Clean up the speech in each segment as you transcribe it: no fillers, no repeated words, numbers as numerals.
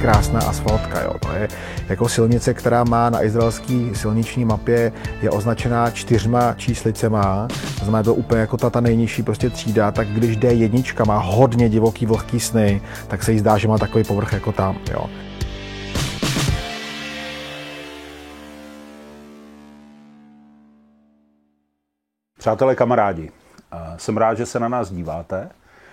krásná asfaltka. Jo. To je jako silnice, která má na izraelské silniční mapě, je označená 4 číslicema, to znamená, to úplně jako ta nejnižší prostě třída, tak když D1 má hodně divoký vlhký sny, tak se jí zdá, že má takový povrch jako tam. Jo. Přátelé, kamarádi, jsem rád, že se na nás díváte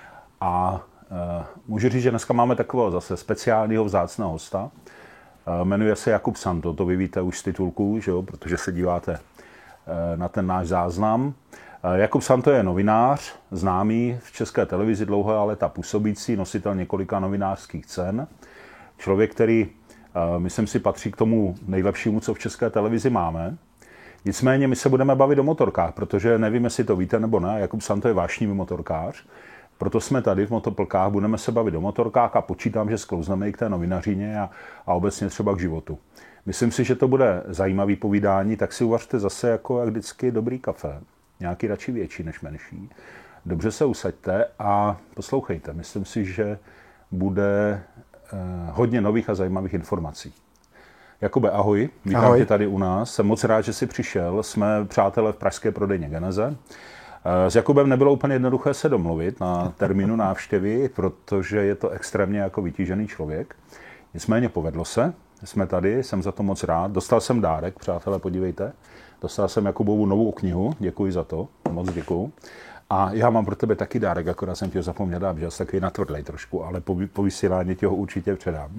a můžu říct, že dneska máme takového zase speciálního vzácného hosta. Jmenuje se Jakub Santo, to vy víte už z titulku, že jo, protože se díváte na ten náš záznam. Jakub Santo je novinář, známý v České televizi dlouhé léta působící, nositel několika novinářských cen. Člověk, který, myslím si, patří k tomu nejlepšímu, co v České televizi máme. Nicméně my se budeme bavit o motorkách, protože nevím, jestli to víte nebo ne, Jakub Santo je vášnivý motorkář. Proto jsme tady v Motoplkách, budeme se bavit o motorkách a počítám, že sklouzneme i k té novinařině a obecně třeba k životu. Myslím si, že to bude zajímavý povídání, tak si uvařte zase jako jak vždycky dobrý kafe. Nějaký radši větší než menší. Dobře se usaďte a poslouchejte. Myslím si, že bude hodně nových a zajímavých informací. Jakube, ahoj, vítám tě tady u nás. Jsem moc rád, že jsi přišel. Jsme přátelé v pražské prodejně Geneze. S Jakubem nebylo úplně jednoduché se domluvit na termínu návštěvy, protože je to extrémně jako vytížený člověk. Nicméně povedlo se. Jsme tady, jsem za to moc rád. Dostal jsem dárek, přátelé, podívejte. Dostal jsem Jakubovu novou knihu, děkuji za to, moc děkuju. A já mám pro tebe taky dárek, akorát jsem ti ho zapomněl dát, že jsi takový natvrdlej trošku, ale po vysílání ti ho určitě předám.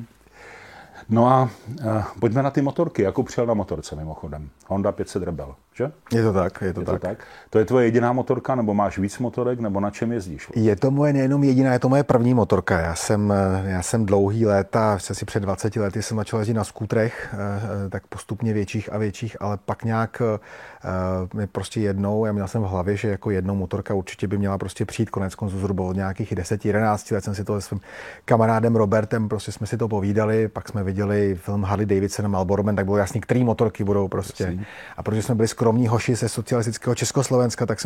No a pojďme na ty motorky. Jakub přijel na motorce mimochodem. Honda 500 Rebel, že? Je to tak, je to tak. To je tvoje jediná motorka, nebo máš víc motorek, nebo na čem jezdíš? Je to moje nejenom jediná, je to moje první motorka. Já jsem dlouhý léta, asi před 20 lety jsem začal jezdit na skútrech, tak postupně větších a větších, ale pak nějak mi prostě jednou, já měl jsem v hlavě, že jako jednou motorka určitě by měla prostě přijít, koneckonců zhruba od nějakých 10-11 let jsem si to se svým kamarádem Robertem, prostě jsme si to povídali, pak jsme viděli film Harley Davidson a Marlboro Man, tak bylo jasný, který motorky budou prostě. Jasný. A protože jsme byli skromní hoši ze socialistického Československa, tak jsem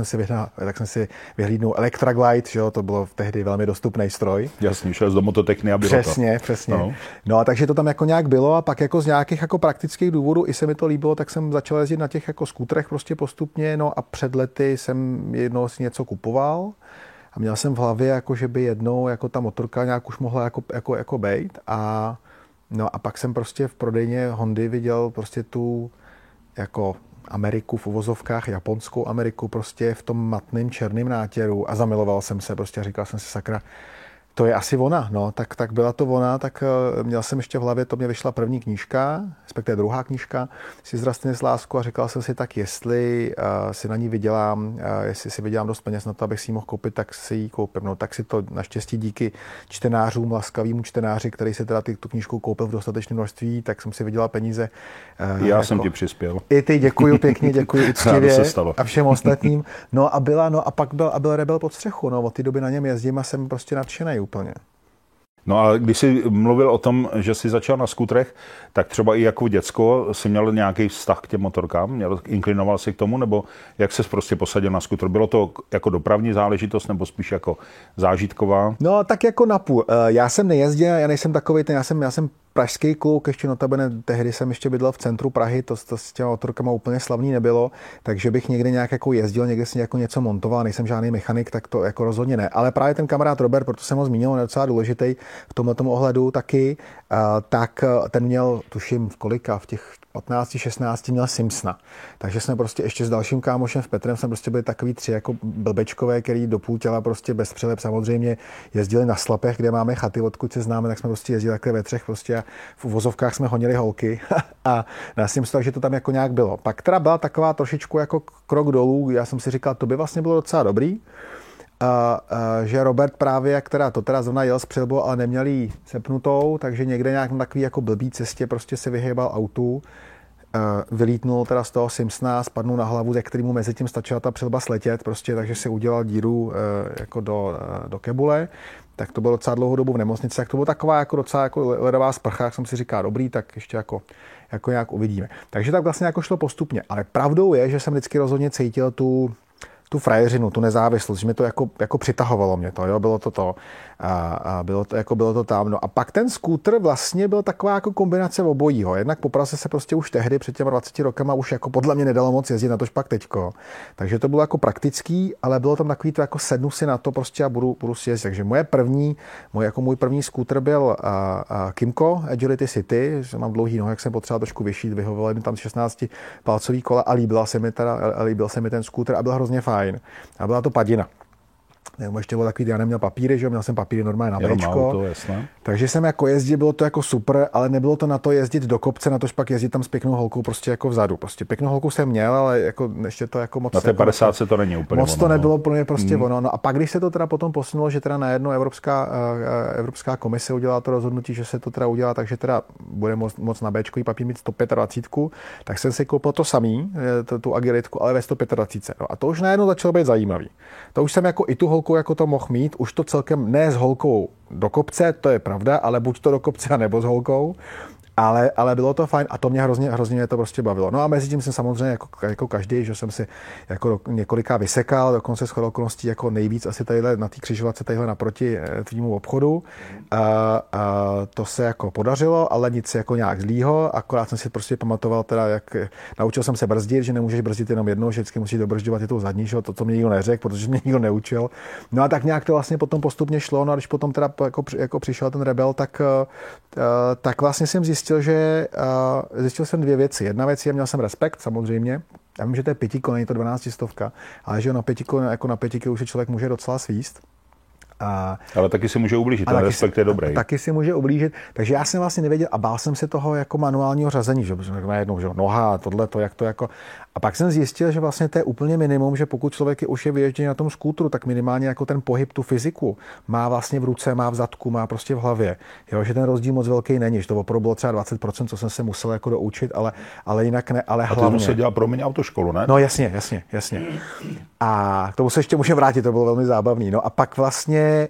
si vyhlídnul Electraglide, že jo, to bylo tehdy velmi dostupný stroj. Jasně, šel do mototechny a bylo přesně, to. Přesně. No a takže to tam jako nějak bylo a pak jako z nějakých jako praktických důvodů i se mi to líbilo, tak jsem začal jezdit na těch jako skútrech prostě postupně, no a před lety jsem jednou si něco kupoval a měl jsem v hlavě jako, že by jednou jako ta motorka nějak už mohla jako bejt a no a pak jsem prostě v prodejně Hondy viděl prostě tu jako Ameriku v uvozovkách, japonskou Ameriku prostě v tom matném černém nátěru a zamiloval jsem se prostě a říkal jsem si sakra, to je asi ona, no, tak byla to ona, tak měl jsem ještě v hlavě, to mě vyšla první knížka, respektive druhá knížka, si zrastně s láskou a říkal jsem si tak, jestli si na ní vydělám, jestli si vydělám dost peněz na to, abych si ji mohl koupit, tak si ji koupím. No, tak si to naštěstí díky čtenářům, laskavýmu čtenáři, který si teda tu knížku koupil v dostatečném množství, tak jsem si vydělal peníze. Já jako, jsem ti přispěl. I ty, děkuji pěkně, děkuji úctivě a všem ostatním. No a pak byl Rebel pod střechu, no, od té doby na něm jezdím a jsem prostě nadšenej úplně. No a když jsi mluvil o tom, že jsi začal na skútrech, tak třeba i jako děcko jsi měl nějaký vztah k těm motorkám? Inklinoval jsi k tomu, nebo jak ses prostě posadil na skútr? Bylo to jako dopravní záležitost, nebo spíš jako zážitková? No tak jako napůl. Já jsem nejezdil, já nejsem takovej, já jsem pražský kluk, ještě notabene tehdy jsem ještě bydlel v centru Prahy, to s těma motorkama úplně slavný nebylo, takže bych někde nějak jako jezdil, někde si jako něco montoval, nejsem žádný mechanik, tak to jako rozhodně ne. Ale právě ten kamarád Robert, proto jsem ho zmínil, on je docela důležitý v tomhletom ohledu taky, tak ten měl, tuším v těch 15-16 měl Simpsona. Takže jsme prostě ještě s dalším kámošem v Petrem jsme prostě byli takový 3 jako blbečkové, který do půl těla prostě bez přilep samozřejmě jezdili na Slapech, kde máme chaty, odkud se známe, tak jsme prostě jezdili takhle ve třech prostě a v uvozovkách jsme honili holky a na Simpsona, takže to tam jako nějak bylo. Pak teda byla taková trošičku jako krok dolů, já jsem si říkal, to by vlastně bylo docela dobrý, že Robert právě, která to teda zrovna jel s přilbou, ale neměl jí sepnutou, takže někde nějak na takový jako blbý cestě prostě se vyhýbal autu, vylítnul teda z toho Simpsona, spadnul na hlavu, ze kterému mezi tím stačila ta přilba sletět, prostě, takže si udělal díru jako do kebule, tak to bylo docela dlouhou dobu v nemocnici, tak to byla taková jako docela jako ledová sprcha, jak jsem si říkal, dobrý, tak ještě jako nějak uvidíme. Takže tak vlastně jako šlo postupně, ale pravdou je, že jsem vždycky rozhodně cítil tu frajeřinu, tu nezávislost, že mi to jako přitahovalo mě to, jo, bylo to a bylo to tam. No a pak ten skútr vlastně byl taková jako kombinace obojího. Jednak po Praze se prostě už tehdy před těma 20 rokama už jako podle mě nedalo moc jezdit, na tož pak teďko. Takže to bylo jako praktický, ale bylo tam takový to jako sednu si na to prostě a budu si jezdit. Takže můj první skútr byl Kymco Agility City, že mám dlouhý nohy, jak jsem potřeboval trošku vyšít, vyhovoval mi tam 16 palcový kola a líbil se mi ten skútr a byl hrozně fajn. A byla to padina. Ještě bylo takový, já neměl papíry, že měl jsem papíry normálně na Bčko. Takže jsem jako jezdil, bylo to jako super, ale nebylo to na to jezdit do kopce, na tož pak jezdit tam s pěknou holkou prostě jako vzadu. Prostě pěknou holku jsem měl, ale jako ještě to jako moc. Na té 50 se to není úplně. Moc to nebylo pro mě prostě ono. No a pak, když se to teda potom posunulo, že teda najednou Evropská komise udělala to rozhodnutí, že se to teda udělá, takže teda bude moc na Bčkový papír mít 125, tak jsem si koupil to samý, tu agilitku, ale ve 125. No a to už najednou začalo být zajímavý. To už jsem jako i tu holku jako to mohl mít, už to celkem ne s holkou do kopce, to je pravda, ale buď to do kopce, nebo s holkou. Ale bylo to fajn a to mě hrozně mě to prostě bavilo. No a mezi tím jsem samozřejmě jako každý, že jsem si jako několika vysekal, dokonce shodou okolností jako nejvíc asi tadyhle na té křižovatce tadyhle naproti tvýmu obchodu. To se jako podařilo, ale nic jako nějak zlýho, akorát jsem si prostě pamatoval teda, jak naučil jsem se brzdit, že nemůžeš brzdit jenom jednou, že vždycky musíš dobržďovat i tou zadní, že to, co mě nikdo neřekl, protože mě nikdo neučil. No a tak nějak to vlastně potom postupně šlo, no a když potom teda jako přišel ten Rebel, tak vlastně jsem zjistil jsem dvě věci. Jedna věc je, měl jsem respekt, samozřejmě. Já vím, že to je 5 kol, není to 12 stovka, ale že na 5 kol, jako na 5 kol už se člověk může docela svíst. Ale taky si může ublížit, ten respekt je dobrý. Taky si může ublížit, takže já jsem vlastně nevěděl a bál jsem se toho jako manuálního řazení, že najednou, že noha, tohleto, jak to jako. A pak jsem zjistil, že vlastně to je úplně minimum, že pokud člověk už je vyježděný na tom skútru, tak minimálně jako ten pohyb, tu fyziku má vlastně v ruce, má v zadku, má prostě v hlavě. Jo, že ten rozdíl moc velký není, že to opravdu bylo třeba 20%, co jsem se musel jako doučit, ale jinak ne, ale hlavně. A ty musel dělat pro mě autoškolu, ne? No jasně. A k tomu se ještě můžeme vrátit, to bylo velmi zábavný. No a pak vlastně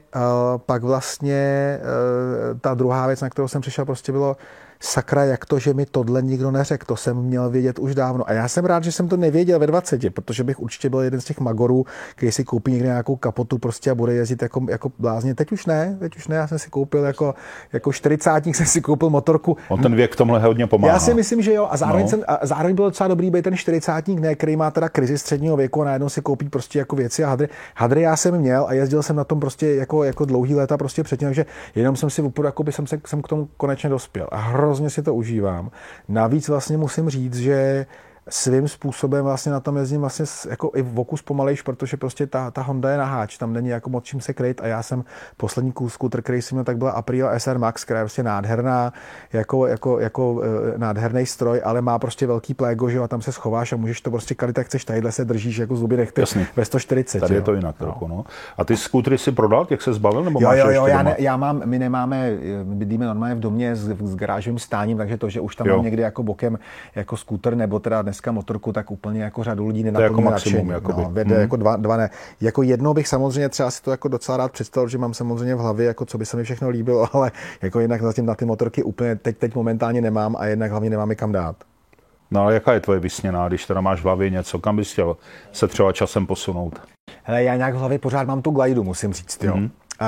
ta druhá věc, na kterou jsem přišel, prostě bylo sakra, jak to, že mi tohle nikdo neřekl, to jsem měl vědět už dávno. A já jsem rád, že jsem to nevěděl ve 20, protože bych určitě byl jeden z těch magorů, který si koupí někde nějakou kapotu prostě a bude jezdit jako blázně. Teď už ne, já jsem si koupil jako 40 jsem si koupil motorku. On ten věk v tomhle hodně pomáhá. Já si myslím, že jo, a zároveň bylo docela dobrý být ten 40, ne, který má teda krizi středního věku a najednou si koupí prostě jako věci a hadry já jsem měl a jezdil jsem na tom prostě jako dlouhý léta prostě předtím, takže jenom jsem si opravdu, jakoby jsem k tomu konečně dospěl. A hrozně si to užívám. Navíc vlastně musím říct, že svým způsobem vlastně na tom jezdím vlastně jako i v oku zpomalejš, protože prostě ta Honda je na háč, tam není jako moc čím se kryt a já jsem poslední skútr, který jsem měl, tak byla Aprilia SR Max, která je prostě nádherná, jako nádherný stroj, ale má prostě velký plégo, že a tam se schováš a můžeš to prostě kalit, jak chceš, tadyhle se držíš jako zuby nechty ve 140. Tady je to jinak trochu, no. A ty skútry si prodal, jak se zbavil, nebo máš my bydlíme normálně v domě s garážovým stáním, takže to, že už tam mám někdy jako bokem jako skútr nebo teda dneska motorku, tak úplně jako řadu lidí nenaplní nadšení. Jako dva ne. Jako jednou bych samozřejmě třeba si to jako docela rád představil, že mám samozřejmě v hlavě, jako co by se mi všechno líbilo, ale jako jednak zatím na ty motorky úplně teď momentálně nemám a jednak hlavně nemám i kam dát. No ale jaká je tvoje vysněná, když teda máš v hlavě něco, kam bys chtěl se třeba časem posunout? Hele, já nějak v hlavě pořád mám tu Glaidu, musím říct, jo.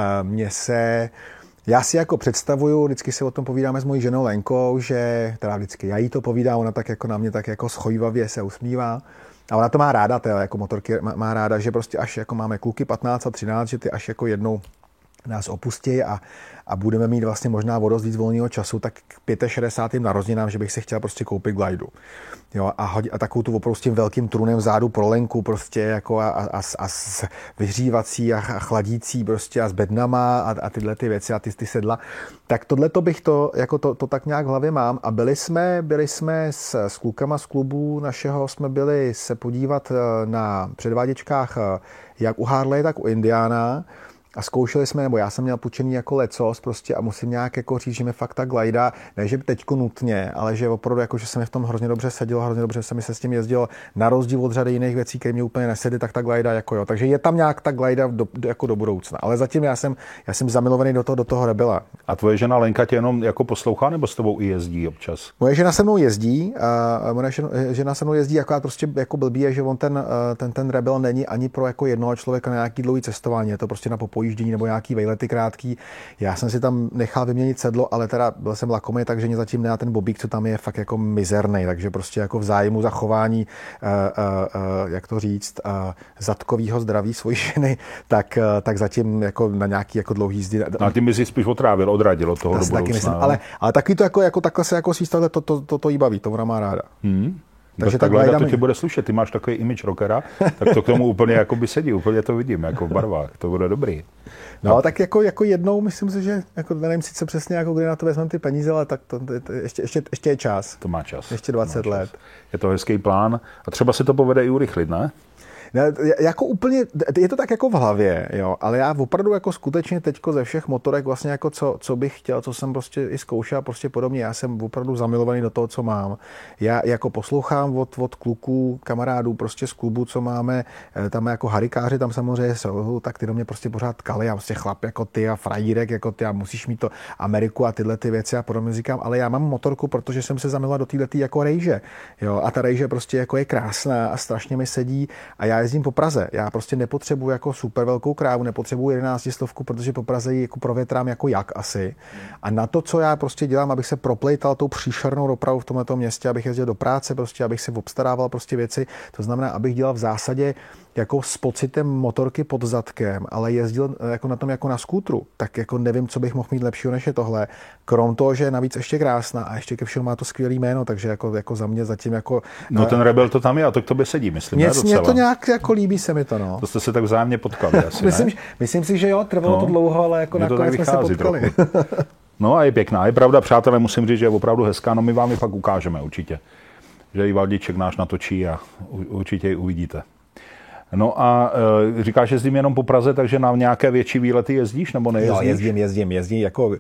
Já si jako představuju, vždycky si o tom povídáme s mojí ženou Lenkou, že teda vždycky já jí to povídám, ona tak jako na mě tak jako schojivavě se usmívá. A ona to má ráda, teda jako motorky má ráda, že prostě až jako máme kluky 15 a 13, že ty až jako jednou nás opustí a budeme mít vlastně možná o dost víc volného času, tak k 65. narozeninám, že bych si chtěl prostě koupit Glaidu. Jo, a takovou tu opravdu s tím velkým trunem vzadu pro Lenku prostě jako a s vyhřívací a chladící prostě a s bednama a tyhle ty věci a ty sedla. Tak tohleto bych to tak nějak v hlavě mám a byli jsme s klukama z klubu našeho, jsme byli se podívat na předváděčkách jak u Harley, tak u Indiana. a zkoušeli jsme, nebo já jsem měl půjčený jako lecos prostě a musím nějak jako říct, že mi fakt ta glajda, ne že teďko nutně, ale že opravdu jako, že se mi v tom hrozně dobře sedělo, hrozně dobře se mi se s tím jezdilo, na rozdíl od řady jiných věcí, které mě úplně nesedí, tak ta glajda jako jo. Takže je tam nějak ta glajda jako do budoucna. Ale zatím já jsem zamilovaný do toho Rebela. A tvoje žena Lenka tě jenom jako poslouchá, nebo s tebou i jezdí občas? Moje žena se mnou jezdí, žena se mnou jezdí, akorát prostě jako blbý je, že on ten Rebel není ani pro jako jednoho člověka na nějaký dlouhý cestování, je to prostě na popojíždění nebo nějaký vejlety krátký. Já jsem si tam nechal vyměnit sedlo, ale teda byl jsem lakomý, takže mě zatím ne, ten bobík, co tam je fakt jako mizerný, takže prostě jako v zájmu zachování, jak to říct, zadkovýho zdraví svojí ženy, tak zatím jako na nějaký jako dlouhý jízdy. A ty mi si spíš odradil od toho do budoucna. Ale taky to jako takhle se jako svístavle, to jí baví, to ona má ráda. Takže takhle to ti bude slušet. Ty máš takový image rockera, tak to k tomu úplně jako by sedí, úplně to vidím, jako v barvách. To bude dobrý. No, tak jako jednou, myslím si, že jako nevím sice přesně, jako kdy na to vezmeme ty peníze, ale tak to ještě je čas. To má čas. Ještě 20 let. Je to hezký plán a třeba si to povede i urychlit, ne? Ne, jako úplně, je to tak jako v hlavě, jo, ale já opravdu jako skutečně teďko ze všech motorek vlastně jako co bych chtěl, co jsem prostě i zkoušel, prostě podobně, já jsem opravdu zamilovaný do toho, co mám. Já jako poslouchám od kluků, kamarádů prostě z klubu, co máme, tam jako harikáři, tam samozřejmě jsou, tak ty do mě prostě pořád tkali, já prostě chlap jako ty a frajírek jako ty a musíš mít to Ameriku a tyhle ty věci a podobně říkám, ale já mám motorku, protože jsem se zamiloval do této jako rejže, jo, a ta rejže prostě jako je krásná a strašně mi sedí a já jezdím po Praze. Já prostě nepotřebuji jako super velkou krávu, nepotřebuji 11 stovku, protože po Praze ji jako provětrám jako jak asi. A na to, co já prostě dělám, abych se proplejtal tou příšernou dopravu v tomto městě, abych jezdil do práce, prostě abych si obstarával prostě věci, to znamená, abych dělal v zásadě jako s pocitem motorky pod zadkem, ale jezdil jako na tom jako na skútru, tak jako nevím, co bych mohl mít lepšího než je tohle. Krom toho, že je navíc ještě krásná a ještě ke všemu má to skvělý jméno, takže jako za mě zatím jako... No ten Rebel to tam je a to k tobě sedí, myslím, ne? Mně to nějak jako líbí se mi to, no. To jste se tak vzájemně potkali asi, myslím si, že jo, trvalo to dlouho, ale jako nakonec jsme se potkali. No a je pěkná. Je pravda, přátelé, musím říct, že je opravdu hezká, no my vám ji pak ukážeme určitě. Že i Valdíček náš natočí a určitě ji uvidíte. No a říkáš, že jezdím jenom po Praze, takže na nějaké větší výlety jezdíš, nebo nejezdíš? Jo, jezdím. Jako,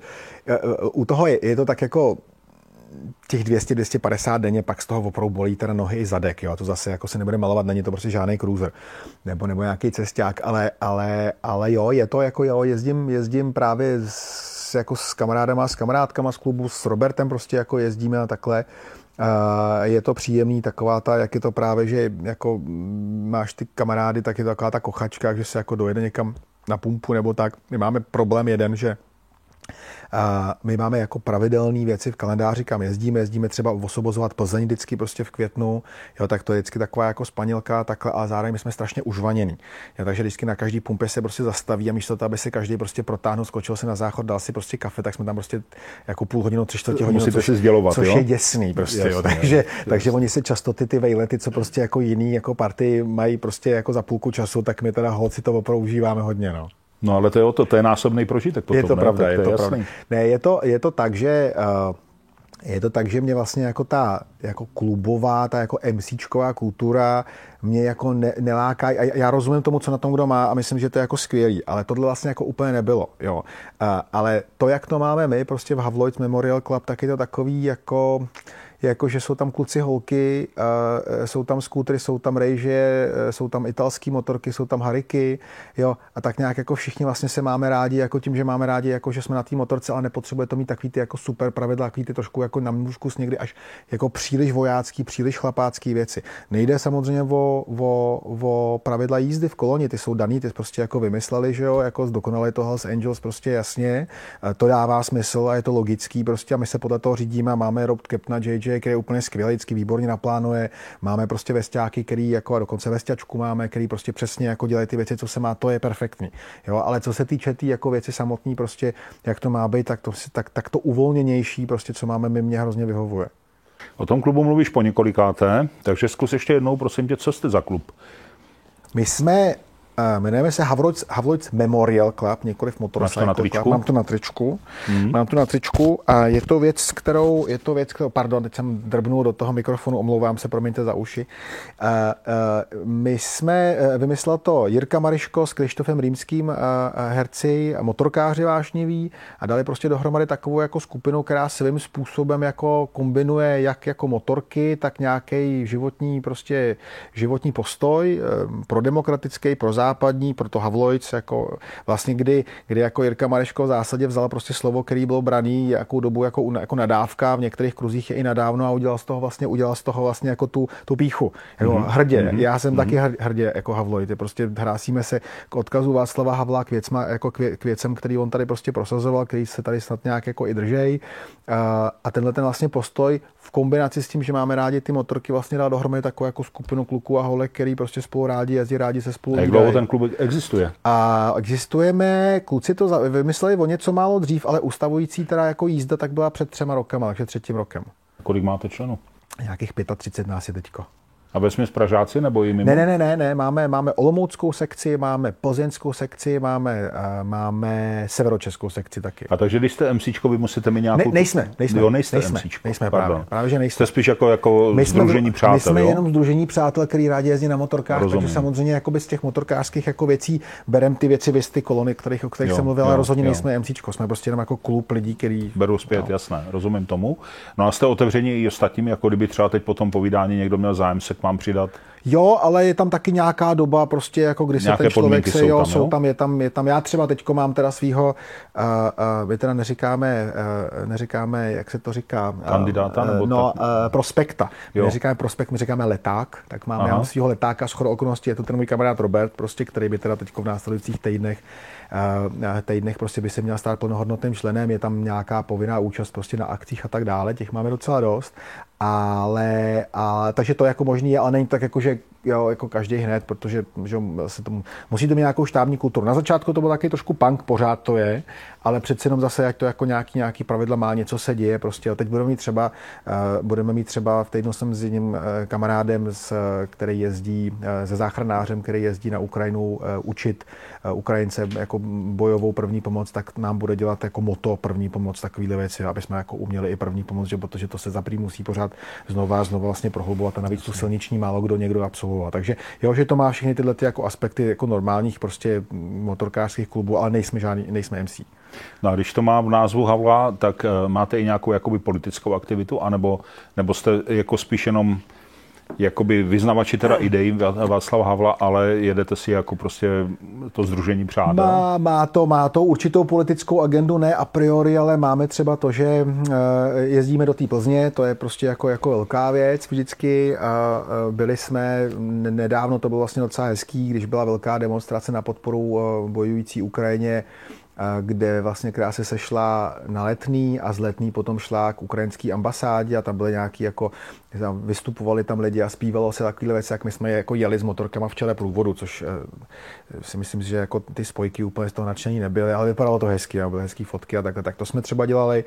u toho je to tak jako těch 200-250 denně, pak z toho opravdu bolí teda nohy i zadek, jo, a to zase jako se nebude malovat, není to prostě žádný cruiser, nebo nějaký cesták, ale jo, je to jako jo, jezdím právě jako s kamarádama, s kamarádkama z klubu, s Robertem prostě jako jezdíme a takhle. Je to příjemný, taková ta, jak je to právě, že jako máš ty kamarády, tak je to taková ta kochačka, že se jako dojede někam na pumpu nebo tak. My máme problém jeden, že my máme jako pravidelné věci v kalendáři, kam jezdíme třeba osobozovat Plzeň vždycky prostě v květnu, jo, tak to je vždycky taková jako Španělka, takhle, a zároveň my jsme strašně užvanění. Jo, takže vždycky na každý pumpě se prostě zastaví a místo toho, aby se každý prostě protáhnul, skočil se na záchod, dal si prostě kafe, tak jsme tam prostě jako půl hodinu, 3/4 hodiny, musíte si sdělovat, což jo? je děsný prostě, jasně, jo. Takže oni si často ty vejlety, co prostě jako jiný jako party mají prostě jako za půlku času, tak my teda holci to opravdu užíváme hodně, no. No ale to je násobný prožitek potom, je to ne? Pravda, je to jasný. pravda. Ne, je to tak, že mě vlastně jako ta jako klubová, ta jako MCčková kultura mě jako neláká. Já rozumím tomu, co na tom kdo má a myslím, že to je jako skvělý, ale tohle vlastně jako úplně nebylo, jo. Ale to, jak to máme my prostě v Havloids Memorial Club, tak je to takový jako že jsou tam kluci, holky, jsou tam skútry, jsou tam rejže, jsou tam italský motorky, jsou tam hariky, jo, a tak nějak jako všichni vlastně se máme rádi, jako tím, že máme rádi, jako že jsme na té motorce, ale nepotřebuje to mít takový ty jako super pravidla, takový ty trošku jako na můžkus někdy až jako příliš vojácký, příliš chlapácký věci. Nejde samozřejmě o pravidla jízdy v koloni, ty jsou daný, ty prostě jako vymysleli, že jo, jako zdokonali to Hells Angels prostě jasně, to dává smysl a je to logický prostě a my se podle toho řídíme a máme Rob Captaina JJ, který je úplně skvělý, vždycky výborně naplánuje. Máme prostě vesťáky, který jako a dokonce vesťačku máme, který prostě přesně jako dělají ty věci, co se má, to je perfektní. Jo, ale co se týče ty jako věci samotný, prostě jak to má být, tak to uvolněnější prostě, co máme, mě hrozně vyhovuje. O tom klubu mluvíš po několikáté, takže zkus ještě jednou, prosím tě, co jste za klub? My jsme Jmenujeme se Havlojc Memorial Club, nikoliv Motorcycle Club. Mám to na tričku. Mám to na tričku a je to věc, kterou, pardon, teď jsem drbnul do toho mikrofonu, omlouvám se, promiňte za uši. Vymyslel to Jirka Mariško s Krištofem Rýmským, herci, motorkáři vášniví, a dali prostě dohromady takovou jako skupinu, která svým způsobem jako kombinuje jak jako motorky, tak nějaký životní postoj, pro demokratický, pro západní, pro to Havlojc, jako vlastně kdy jako Jirka Mariško v zásadě vzal prostě slovo, který bylo braný jakou dobu jako nadávka, v některých kruzích je i nadávno, a udělal z toho vlastně jako tu píchu. Jako hrdě. Já jsem taky hrdě jako Havlojc. Prostě hrásíme se k odkazu Václava Havla k věcem, který on tady prostě prosazoval, který se tady snad nějak jako i držej. A tenhle ten vlastně postoj v kombinaci s tím, že máme rádi ty motorky, vlastně dá dohromady takovou jako skupinu kluků a holek, který prostě spolu rádi jezdí, rádi se spolu. A jak dlouho ten klub existuje? A existujeme, kluci to vymysleli o něco málo dřív, ale ustavující teda jako jízda tak byla před 3 rokama, takže 3. rokem. Kolik máte členů? Nějakých 35 nás je teďko. A vesměs Pražáci nebo i mimo? Ne, máme olomouckou sekci, máme plzeňskou sekci, máme severočeskou sekci taky. A takže když jste MCčko, vy musíte mít nějakou... Nejsme MCčko. Nejsme právě, že nejsme. Jste spíš jako sdružení přátel, My jsme jenom sdružení přátel, který rádi jezdí na motorkách, takže samozřejmě jakoby z těch motorkářských jako věcí berem ty věci ty kolony, o kterých jsem mluvil, ale rozhodně nejsme MCčko, jsme prostě jenom jako klub lidí, který... Beru zpět, jasné, rozumím tomu. No a jste otevření i ostatním, jako kdyby třeba teď po tom povídání někdo měl zájem se k vám přidat? Jo, ale je tam taky nějaká doba, prostě jako kdy se ten člověk jsou tam, já třeba teďko mám teda svýho, my teda neříkáme, jak se to říká? Kandidáta? Prospekta. My neříkáme prospekt, my říkáme leták, tak já mám svýho letáka, shodou okolností, je to ten můj kamarád Robert, prostě, který by teda teďko v následujících týdnech prostě by se měl stát plnohodnotným členem, je tam nějaká povinná účast prostě na akcích a tak dále, těch máme docela dost, takže to jako možný je, ale není tak jako, že jo, jako každý hned, protože že se tomu, musí to mít nějakou štábní kulturu. Na začátku to bylo taky trošku punk, pořád to je, ale přece jenom zase, jak to jako nějaký pravidla má, něco se děje prostě. A teď budeme mít třeba v týdnu jsem s jedním kamarádem, který jezdí, se záchranářem, který jezdí na Ukrajinu učit Ukrajince jako bojovou první pomoc, tak nám bude dělat jako moto první pomoc, takovýhle věci, aby jsme jako uměli i první pomoc, protože to se zaprý musí pořád znova vlastně prohlubovat a navíc tu silniční málo kdo někdo absolvoval. Takže jo, že to má všechny tyhle jako aspekty jako normálních prostě motorkářských klubů, ale nejsme MC. No a když to má v názvu Havla, tak máte i nějakou jakoby politickou aktivitu, nebo jste jako spíš jenom jakoby vyznavači teda ideí Václava Havla, ale jedete si jako prostě to sdružení přátel? Má to určitou politickou agendu, ne a priori, ale máme třeba to, že jezdíme do té Plzně, to je prostě jako velká věc vždycky. Byli jsme nedávno, to bylo vlastně docela hezký, když byla velká demonstrace na podporu bojující Ukrajině, kde vlastně která se sešla na Letný a z Letný potom šla k ukrajinské ambasádě a tam byly nějaký jako, vystupovali tam lidi a zpívalo se takové věci, jak my jsme jako jeli s motorkama v čele průvodu, což si myslím, že jako ty spojky úplně z toho nadšení nebyly, ale vypadalo to hezky, byly hezký fotky a takhle. Tak to jsme třeba dělali.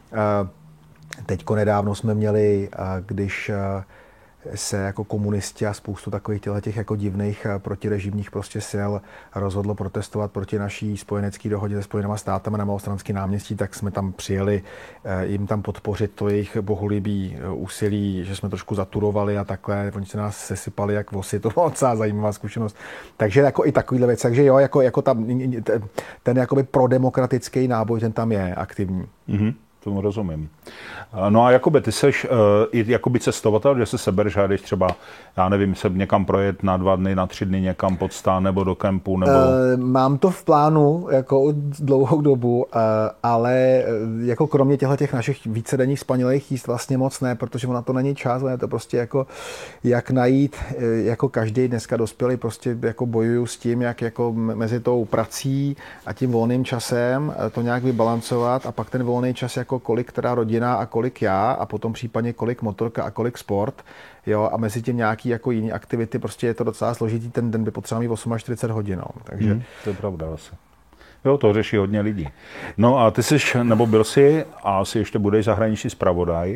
Teďko nedávno jsme měli, když se jako komunisti a spoustu takových těch jako divných protirežimních prostě sil rozhodlo protestovat proti naší spojenecké dohodě se Spojenými státami na Malostranský náměstí, tak jsme tam přijeli jim tam podpořit to jejich bohulibý úsilí, že jsme trošku zaturovali a takhle, oni se nás sesypali jak vosy, to byla docela zajímavá zkušenost. Takže jako i takovýhle věc, takže jo, jako tam ten jakoby prodemokratický náboj, ten tam je aktivní. Mm-hmm. Tomu rozumím. No a jakoby ty seš i jakoby cestovatel, že se sebereš a jdeš třeba, já nevím, se někam projet na 2 dny, na 3 dny někam pod stán nebo do kempu, nebo... Mám to v plánu jako dlouhou dobu, ale jako kromě těch našich vícedenních spanilých jízd vlastně moc ne, protože na to není čas, ale je to prostě jako jak najít, jako každý dneska dospělý prostě jako bojuju s tím, jak jako mezi tou prací a tím volným časem to nějak vybalancovat a pak ten volný čas jako kolik teda rodina a kolik já a potom případně kolik motorka a kolik sport, jo, a mezi tím nějaký jako jiný aktivity, prostě je to docela složitý, ten den by potřeboval mít 48 hodin, no, takže... To je pravda asi. Jo, to řeší hodně lidí. No a ty jsi, nebo byl jsi a asi ještě budeš zahraniční zpravodaj.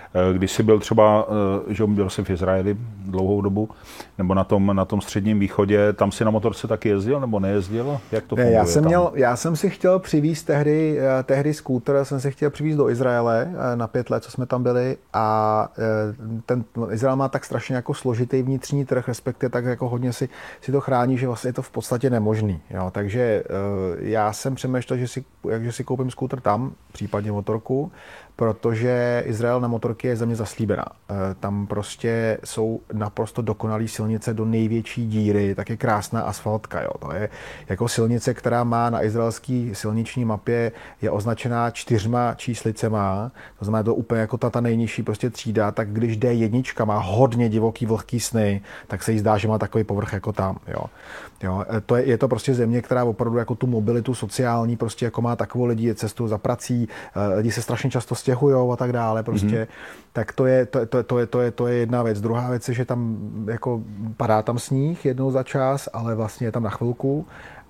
Když jsi byl třeba, že byl jsi v Izraeli dlouhou dobu, nebo na tom středním východě, tam si na motorce taky jezdil nebo nejezdil? Jak to funguje já jsem si chtěl přivést tehdy skútr, jsem si chtěl přivést do Izraele na 5 let, co jsme tam byli, a ten Izrael má tak strašně jako složitý vnitřní trh, respektive tak jako hodně si to chrání, že vlastně je to v podstatě nemožný. Jo? Takže já jsem přemýšlel, že si koupím skútr tam, případně motorku, protože Izrael na motorky je země zaslíbená. Tam prostě jsou naprosto dokonalý silnice do největší díry, tak je krásná asfaltka. Jo. To je jako silnice, která má na izraelské silniční mapě, je označená 4 číslicema, to znamená, to úplně jako ta nejnižší prostě třída, tak když D1 má hodně divoký vlhký sny, tak se jí zdá, že má takový povrch jako tam. Jo. Je to prostě země, která opravdu jako tu mobilitu sociální prostě jako má takovou lidi, cestují za prací, lidi se strašně často stěhujou a tak dále prostě. Tak to je jedna věc. Druhá věc je, že tam jako padá tam sníh jednou za čas, ale vlastně je tam na chvilku.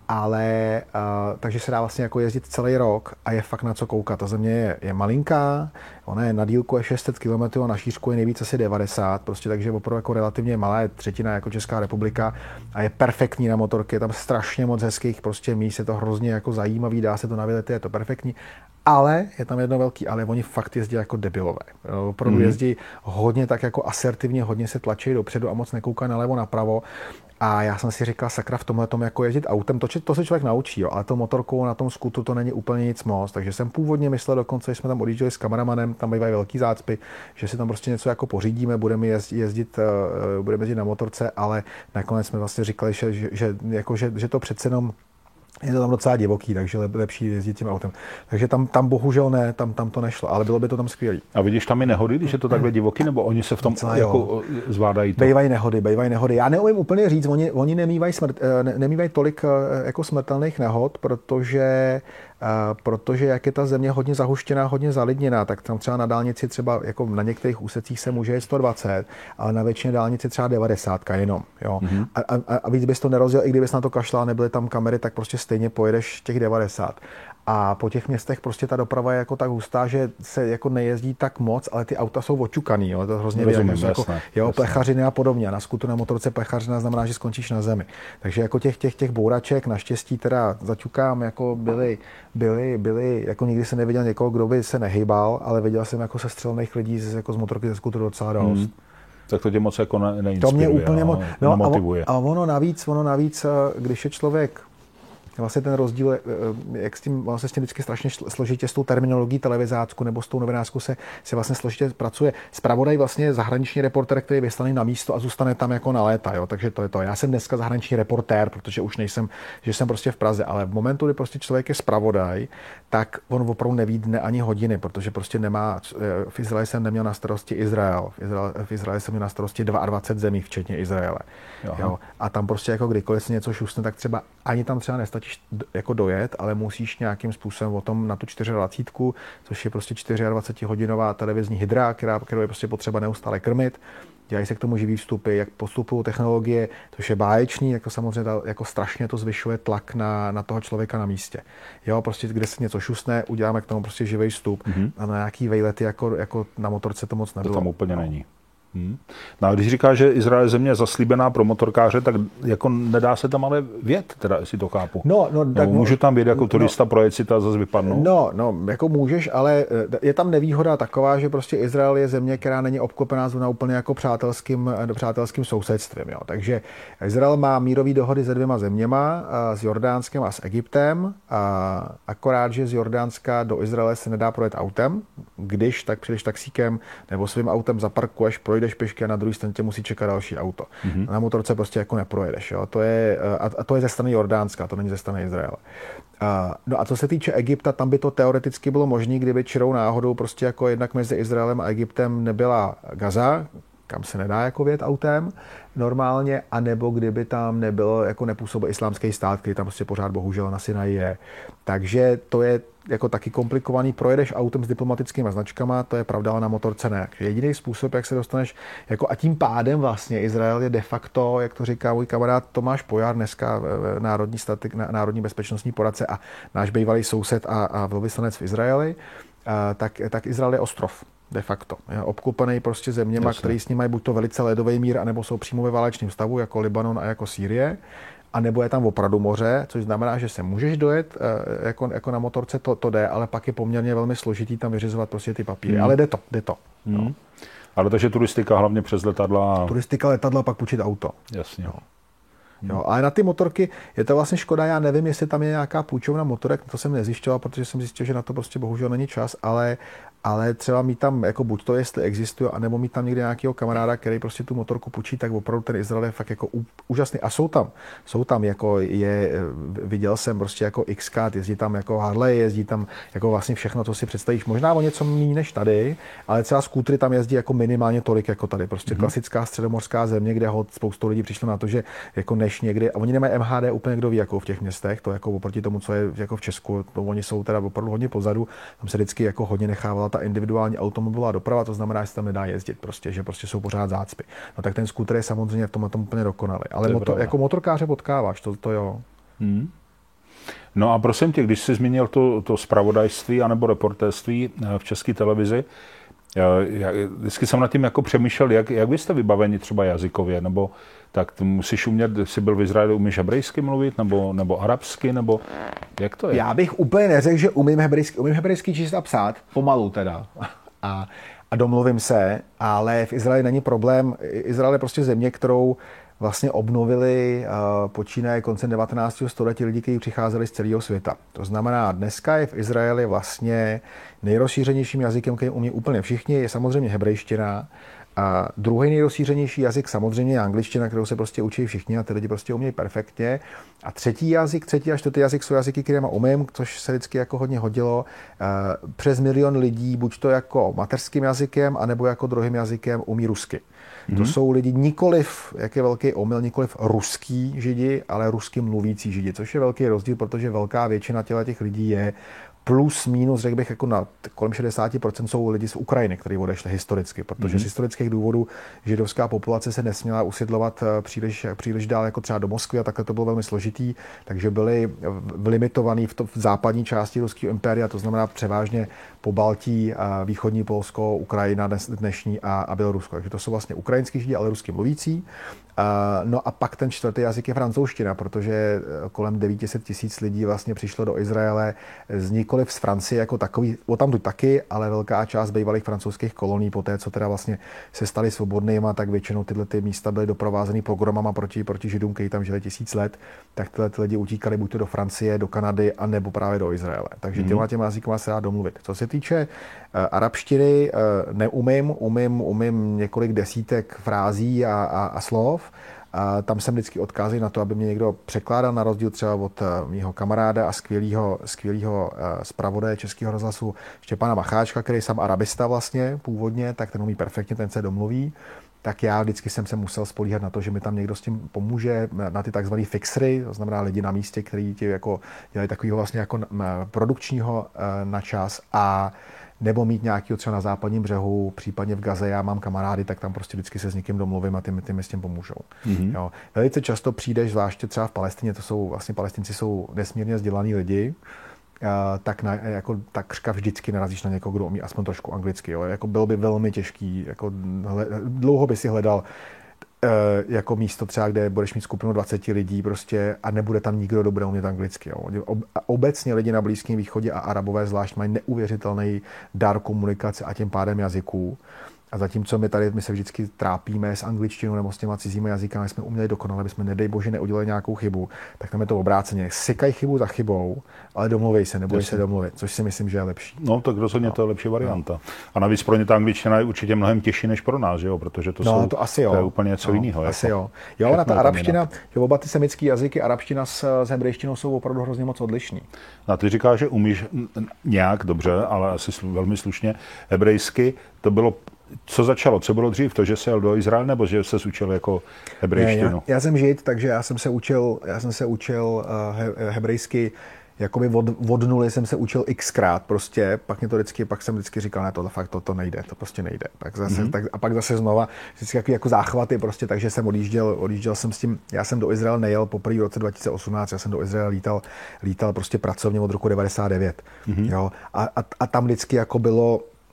Takže se dá vlastně jako jezdit celý rok a je fakt na co koukat. Ta země je malinká, ona je na dílku je 600 km a na šířku je nejvíc asi 90, prostě, takže opravdu jako relativně malá, je třetina jako Česká republika a je perfektní na motorky, je tam strašně moc hezkých prostě míst, je to hrozně jako zajímavý, dá se to na výlety, je to perfektní. Ale je tam jedno velký, ale oni fakt jezdí jako debilové. Opravdu jezdí hodně tak jako asertivně, hodně se tlačí dopředu a moc nekoukají nalevo, napravo. A já jsem si říkal, sakra, v tomhletom jako jezdit autem, to se člověk naučí, jo, ale to motorkou na tom skútru to není úplně nic moc. Takže jsem původně myslel dokonce, že jsme tam odjížděli s kameramanem, tam bývají velký zácpy, že si tam prostě něco jako pořídíme, budeme jezdit na motorce, ale nakonec jsme vlastně říkali, že to přece jenom je to tam docela divoký, takže lepší jezdit tím autem. Takže tam bohužel ne, tam to nešlo, ale bylo by to tam skvělý. A vidíš tam i nehody, když je to takhle divoký, nebo oni se v tom jako zvládají to? Bývají nehody. Já neumím úplně říct, oni nemývají tolik jako smrtelných nehod, protože jak je ta země hodně zahuštěná, hodně zalidněná, tak tam třeba na dálnici třeba jako na některých úsecích se může jet 120, ale na většině dálnici třeba 90 jenom. Jo. A víc bys to nerozjel, i kdybys na to kašlal, nebyly tam kamery, tak prostě stejně pojedeš těch 90. A po těch městech prostě ta doprava je jako tak hustá, že se jako nejezdí tak moc, ale ty auta jsou oťukaný, jo, to hrozně jako, plechařiny a podobně. A na skútru, na motorce plechařina znamená, že skončíš na zemi. Takže jako těch bouraček naštěstí teda zaťukám, jako byly, jako nikdy jsem neviděl někoho, kdo by se nehejbal, ale viděl jsem jako sestřelených lidí jako z motorky ze skútru docela dost. Tak to tě moc jako neinspiruje. To mě úplně nemotivuje. A ono navíc, když je člověk vlastně ten rozdíl, jak s tím vždycky strašně složitě s tou terminologií televizácku nebo s tou novinářskou se vlastně složitě pracuje. Zpravodaj vlastně zahraniční reportér, který je vyslaný na místo a zůstane tam jako na léta, jo. Takže to je to. Já jsem dneska zahraniční reportér, protože už nejsem, že jsem prostě v Praze, ale v momentu, kdy prostě člověk je zpravodaj, tak on opravdu neví dne ani hodiny, protože prostě nemá, v Izraeli jsem neměl na starosti Izrael. V Izraeli jsem měl na starosti 22 zemí, včetně Izraele. Jo. A tam prostě jako kdykoliv si něco šusne, tak třeba ani tam třeba nestačí jako dojet, ale musíš nějakým způsobem o tom na tu 24, což je prostě 24hodinová televizní hydra, kterou je prostě potřeba neustále krmit. Dělají se k tomu živý vstupy, jak postupují technologie, což je báječný, jako samozřejmě jako strašně to zvyšuje tlak na toho člověka na místě. Jo, prostě kde se něco šusne, uděláme k tomu prostě živý vstup a na nějaký vejlety jako na motorce to moc nebylo. To tam úplně není. No a když říká, že Izrael je země zaslíbená pro motorkáře, tak jako nedá se tam ale vjet, teda, jestli to chápu. Může tam být jako turista, projet si to a zase vypadnout? No, jako můžeš, ale je tam nevýhoda taková, že prostě Izrael je země, která není obklopená zóna úplně jako přátelským sousedstvím. Jo. Takže Izrael má mírové dohody se 2 zeměma, s Jordánskem a s Egyptem, akorát, že z Jordánska do Izraele se nedá projet autem, když tak přijdeš taxíkem nebo svým autem zaparkuješ, projdeš pěšky a na druhé straně tě musí čekat další auto. Na motorce prostě jako neprojedeš. Jo? To je ze strany Jordánska, to není ze strany Izraele. No a co se týče Egypta, tam by to teoreticky bylo možné, kdyby čirou náhodou prostě jako jednak mezi Izraelem a Egyptem nebyla Gaza, kam se nedá jako vjet autem normálně, anebo kdyby tam nebylo, jako nepůsobil islámský stát, který tam prostě pořád bohužel na Sinaji je. Takže to je jako taky komplikovaný, projedeš autem s diplomatickými značkama, to je pravda, ale na motorce ne. Jediný způsob, jak se dostaneš, jako a tím pádem vlastně Izrael je de facto, jak to říká můj kamarád Tomáš Pojar, dneska národní bezpečnostní poradce a náš bývalý soused a velvyslanec v Izraeli, tak Izrael je ostrov. de facto. Je obklopený prostě zeměma, který s ním mají buď to velice ledový mír, anebo jsou přímo ve válečném stavu, jako Libanon a jako Sýrie, a nebo je tam opravdu moře, což znamená, že se můžeš dojet jako na motorce, to jde, ale pak je poměrně velmi složitý tam vyřizovat prostě ty papíry. Ale jde to. No. Ale takže turistika hlavně přes letadla. Turistika, letadla, pak půjčit auto. Jasně. Jo, ale na ty motorky je to vlastně škoda, já nevím, jestli tam je nějaká půjčovna motorek, to jsem nezjišťoval, protože jsem zjistil, že na to prostě bohužel není čas, ale třeba mít tam, jako buď to, jestli existuje, anebo mít tam někde nějakého kamaráda, který prostě tu motorku půjčí, tak opravdu ten Izrael je fakt jako úžasný. A jsou tam jako viděl jsem prostě jako X-Kat, jezdí tam jako Harley, jezdí tam jako vlastně všechno, co si představíš. Možná o něco méně než tady, ale třeba skútry tam jezdí jako minimálně tolik jako tady. Prostě klasická středomořská země, kde spoustu lidí přišlo na to, že jako než někdy, a oni nemají MHD úplně kdo ví, jako v těch městech, to jako oproti tomu, co je jako v Česku, to oni jsou teda opravdu hodně pozadu, tam se vždycky jako hodně nechávala ta individuální automobilová doprava, to znamená, že se tam nedá jezdit prostě, že prostě jsou pořád zácpy. No tak ten skútr je samozřejmě v tom úplně dokonalý, ale jako motorkáře potkáváš, to jo. No a prosím tě, když jsi zmínil to zpravodajství anebo reportérství v České televizi, já vždycky jsem nad tím jako přemýšlel, jak vy jste vybaveni třeba jazykově, nebo tak musíš umět, jsi byl v Izraeli, umíš hebrejsky mluvit, nebo arabsky, nebo jak to je? Já bych úplně neřekl, že umím hebrejsky číst a psát, pomalu teda. A domluvím se, ale v Izraeli není problém. Izrael je prostě země, kterou vlastně obnovili počínaje koncem 19. století lidi, kteří přicházeli z celého světa. To znamená, dneska je v Izraeli vlastně nejrozšířenějším jazykem, který umí úplně všichni, je samozřejmě hebrejština. A druhý nejrozšířenější jazyk samozřejmě je angličtina, kterou se prostě učí všichni a ty lidi prostě umějí perfektně. A třetí a čtvrtý jazyk jsou jazyky, které umím, což se vždycky jako hodně hodilo. Přes 1 milion lidí, buď to jako mateřským jazykem, anebo jako druhým jazykem umí rusky. To jsou lidi nikoliv, jak je velký omyl, nikoliv ruský židi, ale rusky mluvící židi, což je velký rozdíl, protože velká většina těch lidí je plus, minus, řekl bych, jako kolem 60% jsou lidi z Ukrajiny, kteří odešli historicky, protože z historických důvodů židovská populace se nesměla usidlovat příliš dál, jako třeba do Moskvy, a takhle to bylo velmi složitý, takže byli limitovaní v západní části ruského impéria, to znamená převážně po Baltí, východní Polsko, Ukrajina dnešní a Bělorusko. Takže to jsou vlastně ukrajinský židi, ale rusky mluvící. No a pak ten čtvrtý jazyk je francouzština, protože kolem 900 000 lidí vlastně přišlo do Izraele nikoliv z Francie jako takový, odtamtud taky, ale velká část bývalých francouzských kolonií, poté co teda vlastně se staly svobodnýma, tak většinou tyhle ty místa byly doprovázeny pogromama proti Židům, kteří tam žili 1000 let, tak tyhle ty lidi utíkali buď to do Francie, do Kanady, a nebo právě do Izraele. Takže těma jazykama se dá domluvit. Co se týče arabštiny, umím několik desítek frází a slov. A tam jsem vždycky odkázaný na to, aby mě někdo překládal, na rozdíl třeba od mýho kamaráda a skvělýho zpravodaje Českého rozhlasu Štěpána Macháčka, který je sám arabista vlastně původně, tak ten umí perfektně, ten se domluví. Tak já vždycky jsem se musel spolíhat na to, že mi tam někdo s tím pomůže, na ty takzvané fixery, to znamená lidi na místě, kteří ti jako dělají takového vlastně jako produkčního na čas, a nebo mít nějakého třeba na západním břehu, případně v Gaze, já mám kamarády, tak tam prostě vždycky se s někým domluvím a ty mi s tím pomůžou. Jo. Velice často přijdeš, zvláště třeba v Palestině, to jsou vlastně Palestinci jsou nesmírně vzdělaný lidi, tak takřka vždycky narazíš na někoho, kdo umí aspoň trošku anglicky. Jo. Jako bylo by velmi těžký, jako dlouho by si hledal jako místo třeba, kde budeš mít skupinu 20 lidí prostě a nebude tam nikdo, kdo bude umět anglicky. Jo. Obecně lidi na Blízkém východě a Arabové zvlášť mají neuvěřitelný dar komunikace a tím pádem jazyků. A zatímco my se vždycky trápíme s angličtinou nebo s těma cizími jazykami, jsme uměli dokonale, aby jsme nedej bože neudělali nějakou chybu, tak tam je to obráceně. Sykaj chybu za chybou, ale domluvej se, neboj se domluvit, což si myslím, že je lepší. No, tak rozhodně to je lepší varianta. No. A navíc pro ně ta angličtina je určitě mnohem těžší než pro nás, že jo? Protože to je úplně něco jiného. Asi jako. Jo, na ta arabština, že oba ty semické jazyky, arabština s hebrejštinou jsou opravdu hrozně moc odlišný. A ty říkáš, že umíš nějak dobře, ale asi velmi slušně hebrejsky. To bylo co začalo? Co bylo dřív? To, že jsi jel do Izraele, nebo že jsi učil jako hebrejštinu? Já jsem Žid, takže já jsem se učil hebrejsky, jakoby od nuly jsem se učil xkrát prostě, pak jsem vždycky říkal, ne, tohle fakt to nejde, to prostě nejde. A pak zase znova, vždycky jako záchvaty prostě, takže jsem odjížděl jsem s tím, já jsem do Izraele nejel poprvé v roce 2018, já jsem do Izraele lítal prostě pracovně od roku 99. Jo? A tam vždycky jako bylo,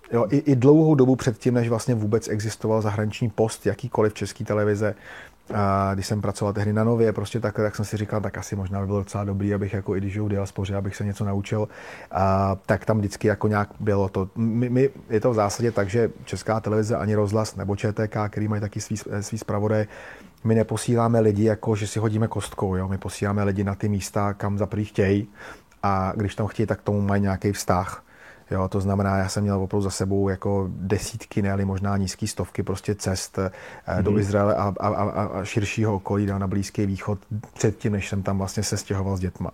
Jo, i dlouhou dobu předtím, než vlastně vůbec existoval zahraniční post, jakýkoliv český televize, a když jsem pracoval tehdy na Nově, prostě takhle, tak jsem si říkal, tak asi možná by bylo docela dobrý, abych jako i když žiju v diaspoře, abych se něco naučil, tak tam vždycky jako nějak bylo to. Je to v zásadě tak, že Česká televize ani rozhlas nebo ČTK, který mají taky svý zpravodaje, my neposíláme lidi jako, že si hodíme kostkou, jo? My posíláme lidi na ty místa, kam za první chtějí a když tam chtějí, tak tomu mají nějaký vztah. Jo, to znamená, já jsem měl opravdu za sebou jako desítky, ne, možná nízký stovky prostě cest do Izraele a širšího okolí na Blízký východ předtím, než jsem tam vlastně se stěhoval s dětma.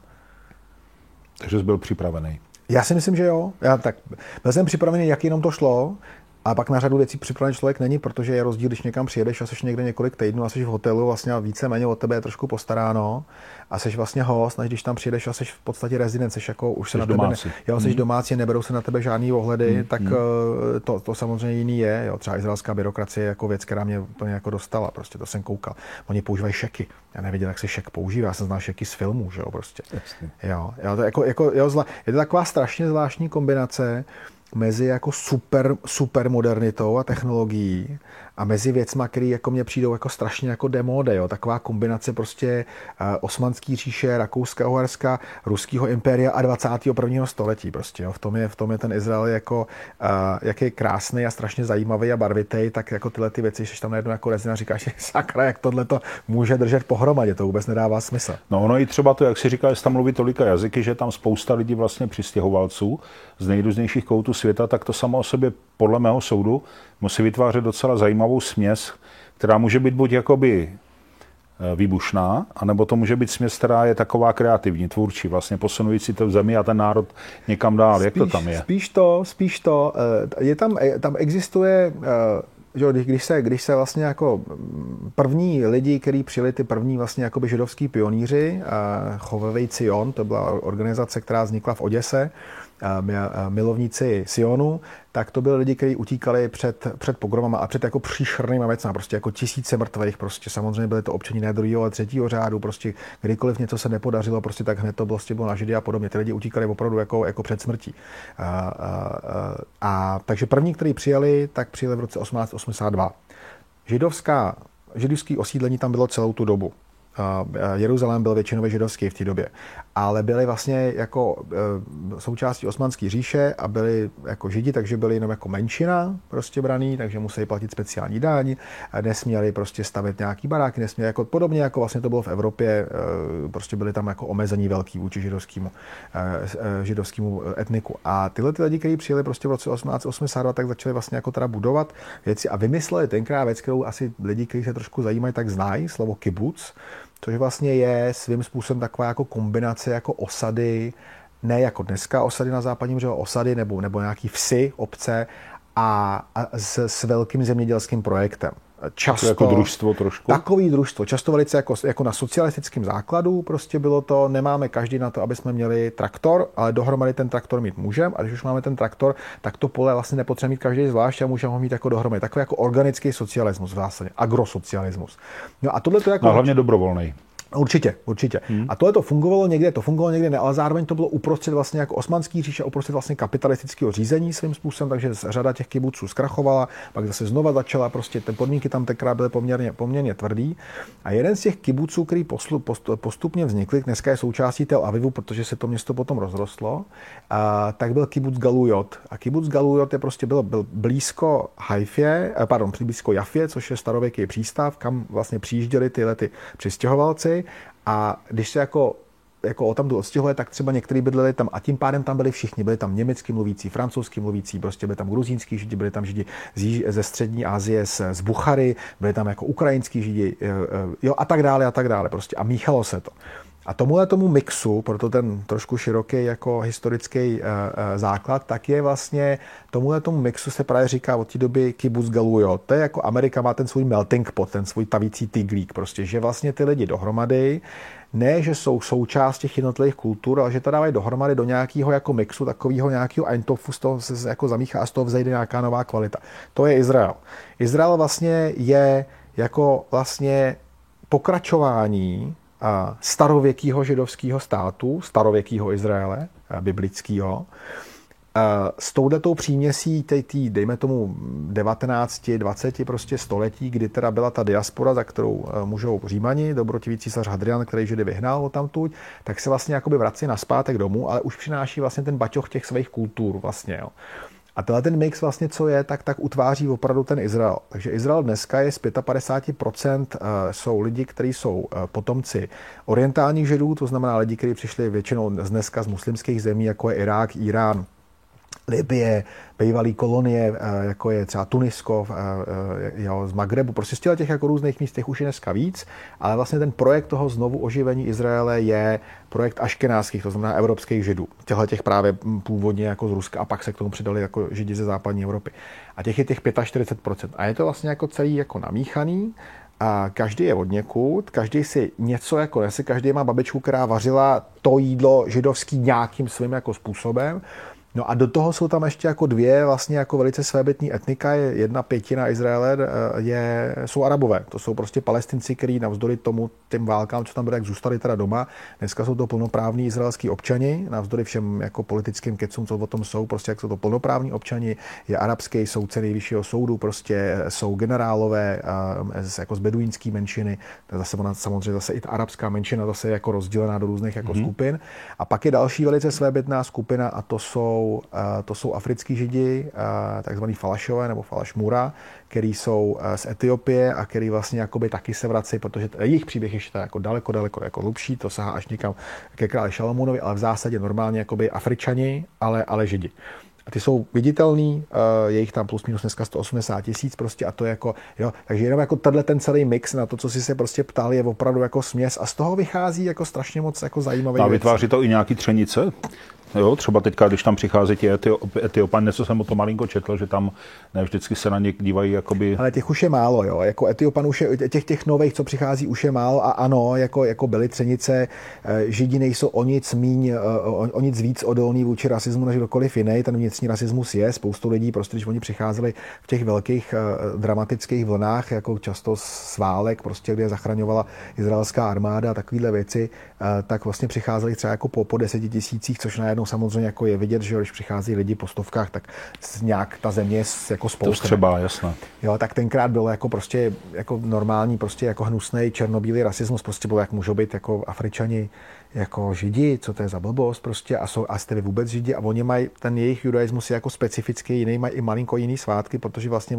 Takže jsi byl připravený. Já si myslím, že jo. Byl jsem připravený, jak jenom to šlo. A pak na řadu věcí připravený člověk není, protože je rozdíl, když někam přijedeš a jsi někde několik týdnů a jsi v hotelu, vlastně víceméně o tebe je trošku postaráno a jsi vlastně host, než když tam přijedeš a jsi v podstatě rezident, jsi jako už se na tebe jsi domácí, neberou se na tebe žádný ohledy, tak to samozřejmě jiný je. Jo. Třeba izraelská byrokracie je jako věc, která mě úplně jako dostala, prostě to jsem koukal. Oni používají šeky. Já nevěděl, jak se šek používá, já jsem znal šeky z filmů, že jo, prostě. Jo, je to taková strašně zvláštní kombinace mezi jako super modernitou a technologií a mezi věcma, které jako mně přijdou jako strašně jako demóde, jo. Taková kombinace prostě Osmanský říše, Rakouska, Uherska, Ruského impéria a 21. století prostě, jo. V tom je ten Izrael jako jak je krásný a strašně zajímavý a barvitý, tak jako tyhle ty věci, když tam najednou jako rezina říkáš, sakra, jak tohle to může držet pohromadě, to vůbec nedává smysl. No ono i třeba to, jak si říká, že tam mluví tolika jazyky, že tam spousta lidí vlastně přistěhovalců z nejrůznějších koutů světa, tak to samo o sobě podle mého soudu musí vytvářet docela zajímavou směs, která může být buď jakoby výbušná, anebo to může být směs, která je taková kreativní, tvůrčí, vlastně posunující to zemi a ten národ někam dál. Jak to tam je? Spíš to. Tam existuje, když se vlastně jako první lidi, kteří přijeli, ty první vlastně jakoby židovský pionýři, Chovevej Cion, to byla organizace, která vznikla v Oděse, milovníci Sionu, tak to byli lidi, kteří utíkali před pogromama a před jako příšernýma věcma, prostě jako tisíce mrtvých, prostě samozřejmě byly to občané ne druhého, ale třetího řádu, prostě kdykoliv něco se nepodařilo, prostě tak hned to prostě bylo na Židy a podobně. Ty lidi utíkali opravdu jako před smrtí. Takže první, kteří přijeli, tak přijeli v roce 1882. Židovský osídlení tam bylo celou tu dobu. Jeruzalém byl většinově židovský v té době, ale byli vlastně jako součástí Osmanské říše a byli jako židi, takže byli jenom jako menšina prostě braný, takže museli platit speciální daň, nesměli prostě stavět nějaký baráky, nesměli jako podobně, jako vlastně to bylo v Evropě, prostě byli tam jako omezení velký vůči židovskému etniku. A tyhle ty lidi, kteří přijeli prostě v roce 1882, tak začali vlastně jako teda budovat věci a vymysleli tenkrát věc, kterou asi lidi, kteří se trošku zajímají, tak znají, slovo kibuc, což vlastně je svým způsobem taková jako kombinace jako osady, ne jako dneska osady na západním břehu, osady nebo nějaký vsi, obce a s velkým zemědělským projektem. Často, jako družstvo trošku? Takový družstvo, často velice jako na socialistickém základu, prostě bylo to, nemáme každý na to, aby jsme měli traktor, ale dohromady ten traktor mít můžeme a když už máme ten traktor, tak to pole vlastně nepotřebuje mít každý zvlášť a můžeme ho mít jako dohromady. Takový jako organický socialismus v zásadě, agrosocialismus. No a tohle to jako... No, hlavně dobrovolný. Určitě. A tohle to fungovalo někde ne, ale zároveň to bylo uprostřed vlastně jako Osmanský říše, uprostřed vlastně kapitalistického řízení svým způsobem, takže řada těch kibuců zkrachovala, pak zase znova začala, prostě ty podmínky tam tenkrát byly poměrně tvrdý. A jeden z těch kibuců, který postupně vznikly, dneska je součástí Tel Avivu, protože se to město potom rozrostlo, tak byl kibuc Galujot. A kibuc Galujot je prostě byl blízko blízko Jafě, což je starověký přístav, kam vlastně přijížděli tyhle ty přistěhovalci. A když se jako o tam odstěhuje, tak třeba někteří bydleli tam a tím pádem tam byli všichni. Byli tam německy mluvící, francouzsky mluvící, prostě byli tam gruzínský židi, byli tam židi ze střední Asie, z Buchary, byli tam jako ukrajinský židi, jo, a tak dále prostě. A míchalo se to. A tomu mixu, proto ten trošku široký jako historický základ, tak je vlastně tomu mixu se právě říká od té doby kibuc Galujot. To je jako Amerika má ten svůj melting pot, ten svůj tavící tyglík, prostě, že vlastně ty lidi dohromady, ne, že jsou součást těch jednotlivých kultur, ale že to dávají dohromady do nějakého jako mixu, takového nějakého eintofu, z toho se jako zamíchá a z toho vzejde nějaká nová kvalita. To je Izrael. Izrael vlastně je jako vlastně pokračování starověkého židovského státu, starověkého Izraele, biblického, S touhletou příměsí dejme tomu 19, 20 prostě století, kdy teda byla ta diaspora, za kterou můžou Římani, dobrotivý císař Hadrian, který Židy vyhnal odtamtud, tak se vlastně jakoby vrací nazpátek domů, ale už přináší vlastně ten baťoh těch svých kultur vlastně, jo. A tenhle ten mix vlastně, co je, tak utváří opravdu ten Izrael. Takže Izrael dneska je z 55% jsou lidi, kteří jsou potomci orientálních Židů, to znamená lidi, kteří přišli většinou dneska z muslimských zemí, jako je Irák, Irán, Libye, bývalý kolonie, jako je třeba Tunisko, z Magrebu, prostě z těch jako různých míst, těch už je dneska víc, ale vlastně ten projekt toho znovu oživení Izraele je projekt aškenáských, to znamená evropských Židů, těch právě původně jako z Ruska a pak se k tomu přidali jako Židi ze západní Evropy. A těch je těch 45%. A je to vlastně jako celý jako namíchaný. A každý je odněkud, každý si něco jako nese, každý má babičku, která vařila to jídlo židovský nějakým svým jako způsobem. No a do toho jsou tam ještě jako dvě vlastně jako velice svébytný etnika. Jedna pětina Izraele jsou Arabové. To jsou prostě Palestinci, kteří navzdory tomu těm válkám, co tam byly, jak zůstali teda doma. Dneska jsou to plnoprávní izraelský občani, navzdory všem jako politickým kecům, co o tom jsou, prostě jak jsou to plnoprávní občani, je arabský soudce nejvyššího soudu, prostě jsou generálové jako z beduínské menšiny. Zase samozřejmě zase i ta arabská menšina zase je jako rozdělená do různých jako skupin. A pak je další velice svébytná skupina a to jsou africký Židi, takzvaný Falašové nebo Falašmura, který jsou z Etiopie a který vlastně jakoby taky se vrací, protože jejich příběh ještě jako daleko jako hlubší, to sahá až někam ke králi Šalamunovi, ale v zásadě normálně jakoby Afričani, ale Židi. A ty jsou viditelný, je jich tam plus minus dneska 180 000 prostě a to je jako, jo, takže jenom jako ten celý mix na to, co si se prostě ptal, je opravdu jako směs a z toho vychází jako strašně moc jako zajímavý věc. A vytváří to i nějaký třenice? Jo, třeba teďka, když tam přichází ti Etiopani, něco jsem o to malinko četl, že tam ne vždycky se na ně dívají jakoby... Ale těch už je málo, jo, jako Etiopan už je, těch nových, co přichází, už je málo a ano, jako byly třenice, Židi nejsou o nic víc odolní vůči rasismu než kdokoliv jiný, ten vnitřní rasismus je, spoustu lidí prostě, když oni přicházeli v těch velkých dramatických vlnách, jako často z válek, prostě, kde zachraňovala izraelská armáda a takovéhle věci, tak vlastně přicházeli třeba jako po 10 000, což najednou samozřejmě jako je vidět, že když přichází lidi po stovkách, tak nějak ta země je jako spousta. To třeba, jasné. Jo, tak tenkrát bylo jako prostě jako normální, prostě jako hnusnej černobílý rasismus, prostě bylo, jak můžou být jako Afričani, jako Židi, co to je za blbost prostě a jste vy vůbec Židi a oni mají, ten jejich judaismus je jako specifický, jiný mají i malinko jiný svátky, protože vlastně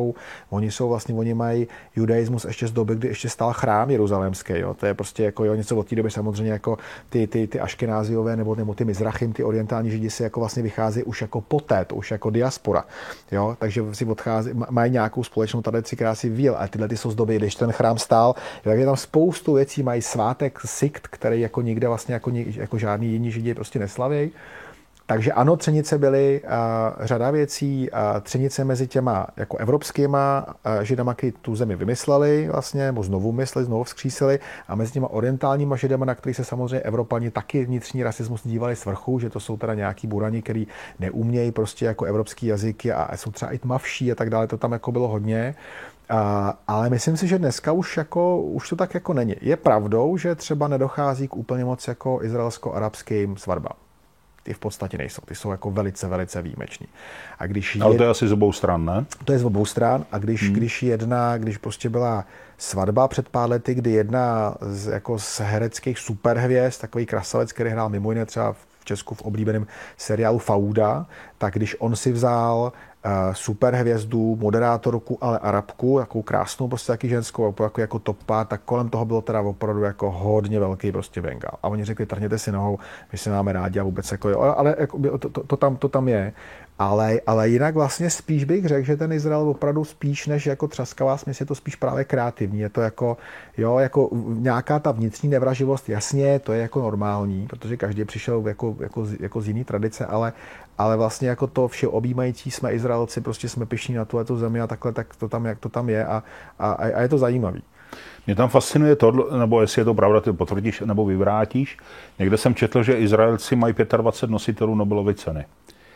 oni mají judaismus ještě z doby, kdy ještě stál chrám jeruzalémský, jo, to je prostě jako jo, něco od té doby samozřejmě jako ty aškenáziové nebo ty mizrachim, ty orientální Židi si jako vlastně vychází už jako poté, to už jako diaspora, jo, takže si mají nějakou společnou tradici, která si vyjel, a tyhle ty jsou z doby, když ten chrám stál, tak je tam spoustu věcí, mají svátek sikt, který jako nikde vlastně jako žádný jiní Židi prostě neslavějí. Takže ano, třenice byly řada věcí, třenice mezi těma jako evropskýma Židama, kteří tu zemi vymysleli vlastně, nebo znovu vzkřísili, a mezi těma orientálníma Židama, na který se samozřejmě Evropani taky vnitřní rasismus dívali z vrchu, že to jsou teda nějaký burani, který neumějí prostě jako evropský jazyky a jsou třeba i tmavší a tak dále, to tam jako bylo hodně. Ale myslím si, že dneska už to tak jako není. Je pravdou, že třeba nedochází k úplně moc jako izraelsko-arabským svatbám. Ty v podstatě nejsou. Ty jsou jako velice, velice výjimeční. Ale to je asi z obou stran, ne? To je z obou stran a když prostě byla svatba před pár lety, kdy jedna z hereckých superhvězd, takový krasavec, který hrál mimo jiné třeba v Česku v oblíbeném seriálu Fauda, tak když on si vzal superhvězdu, moderátorku, ale Arabku, takovou krásnou, prostě taky ženskou, jako topa, tak kolem toho bylo teda opravdu jako hodně velký prostě bengál. A oni řekli, trhněte si nohou, my se máme rádi a vůbec jako jo, ale jako, to tam je. Ale jinak vlastně spíš bych řekl, že ten Izrael opravdu spíš než jako třaskavá směs je to spíš právě kreativní. Je to jako, jo, jako nějaká ta vnitřní nevraživost, jasně, to je jako normální, protože každý přišel jako z jiný tradice, ale vlastně jako to všeobjímající jsme Izraelci, prostě jsme pyšní na tuhletu zemi a takhle, tak to tam, jak to tam je a je to zajímavý. Mě tam fascinuje to, nebo jestli je to pravda, ty potvrdíš nebo vyvrátíš. Někde jsem četl, že Izraelci mají 25 nositelů Nobelovy ceny.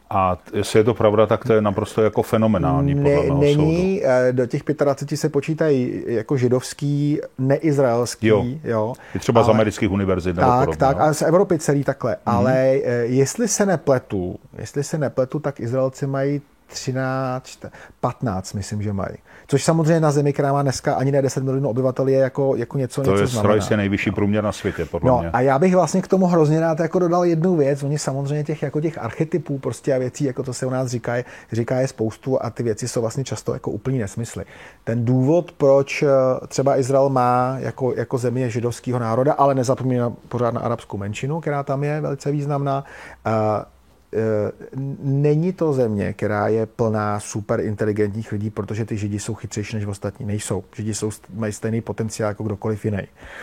A jestli je to pravda, tak to je naprosto jako fenomenální podle mého Není, soudu. Do těch 25 se počítají jako židovský, neizraelský. Jo. I třeba z amerických univerzit. Tak, a z Evropy celý takhle. Ale jestli se nepletu, tak Izraelci mají 15, myslím, že mají. Což samozřejmě na zemi, která má dneska ani ne 10 milionů obyvatel, je jako něco to znamená. Je nejvyšší průměr na světě, podle mě. A já bych vlastně k tomu hrozně rád jako dodal jednu věc. Oni samozřejmě těch archetypů prostě a věcí, jako to se u nás říká je spoustu a ty věci jsou vlastně často jako úplný nesmysly. Ten důvod, proč třeba Izrael má jako země židovského národa, ale nezapomíná pořád na arabskou menšinu, která tam je velice významná, není to země, která je plná super inteligentních lidí, protože ty Židi jsou chytřejší než ostatní. Nejsou. Židi mají stejný potenciál jako kdokoliv jiný.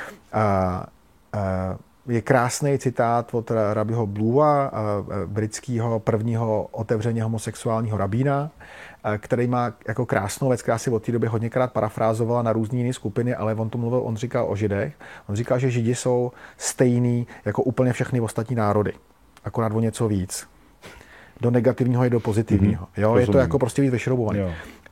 Je krásný citát od Rabbiho Bluea, britského prvního otevřeně homosexuálního rabína, který má jako krásnou věc, která si od té doby hodněkrát parafrázovala na různé jiné skupiny, ale on říkal o Židech. On říkal, že Židi jsou stejný jako úplně všechny ostatní národy. Akorát o něco víc. Do negativního i do pozitivního. Jo? Je to jako prostě víc vyšroubované.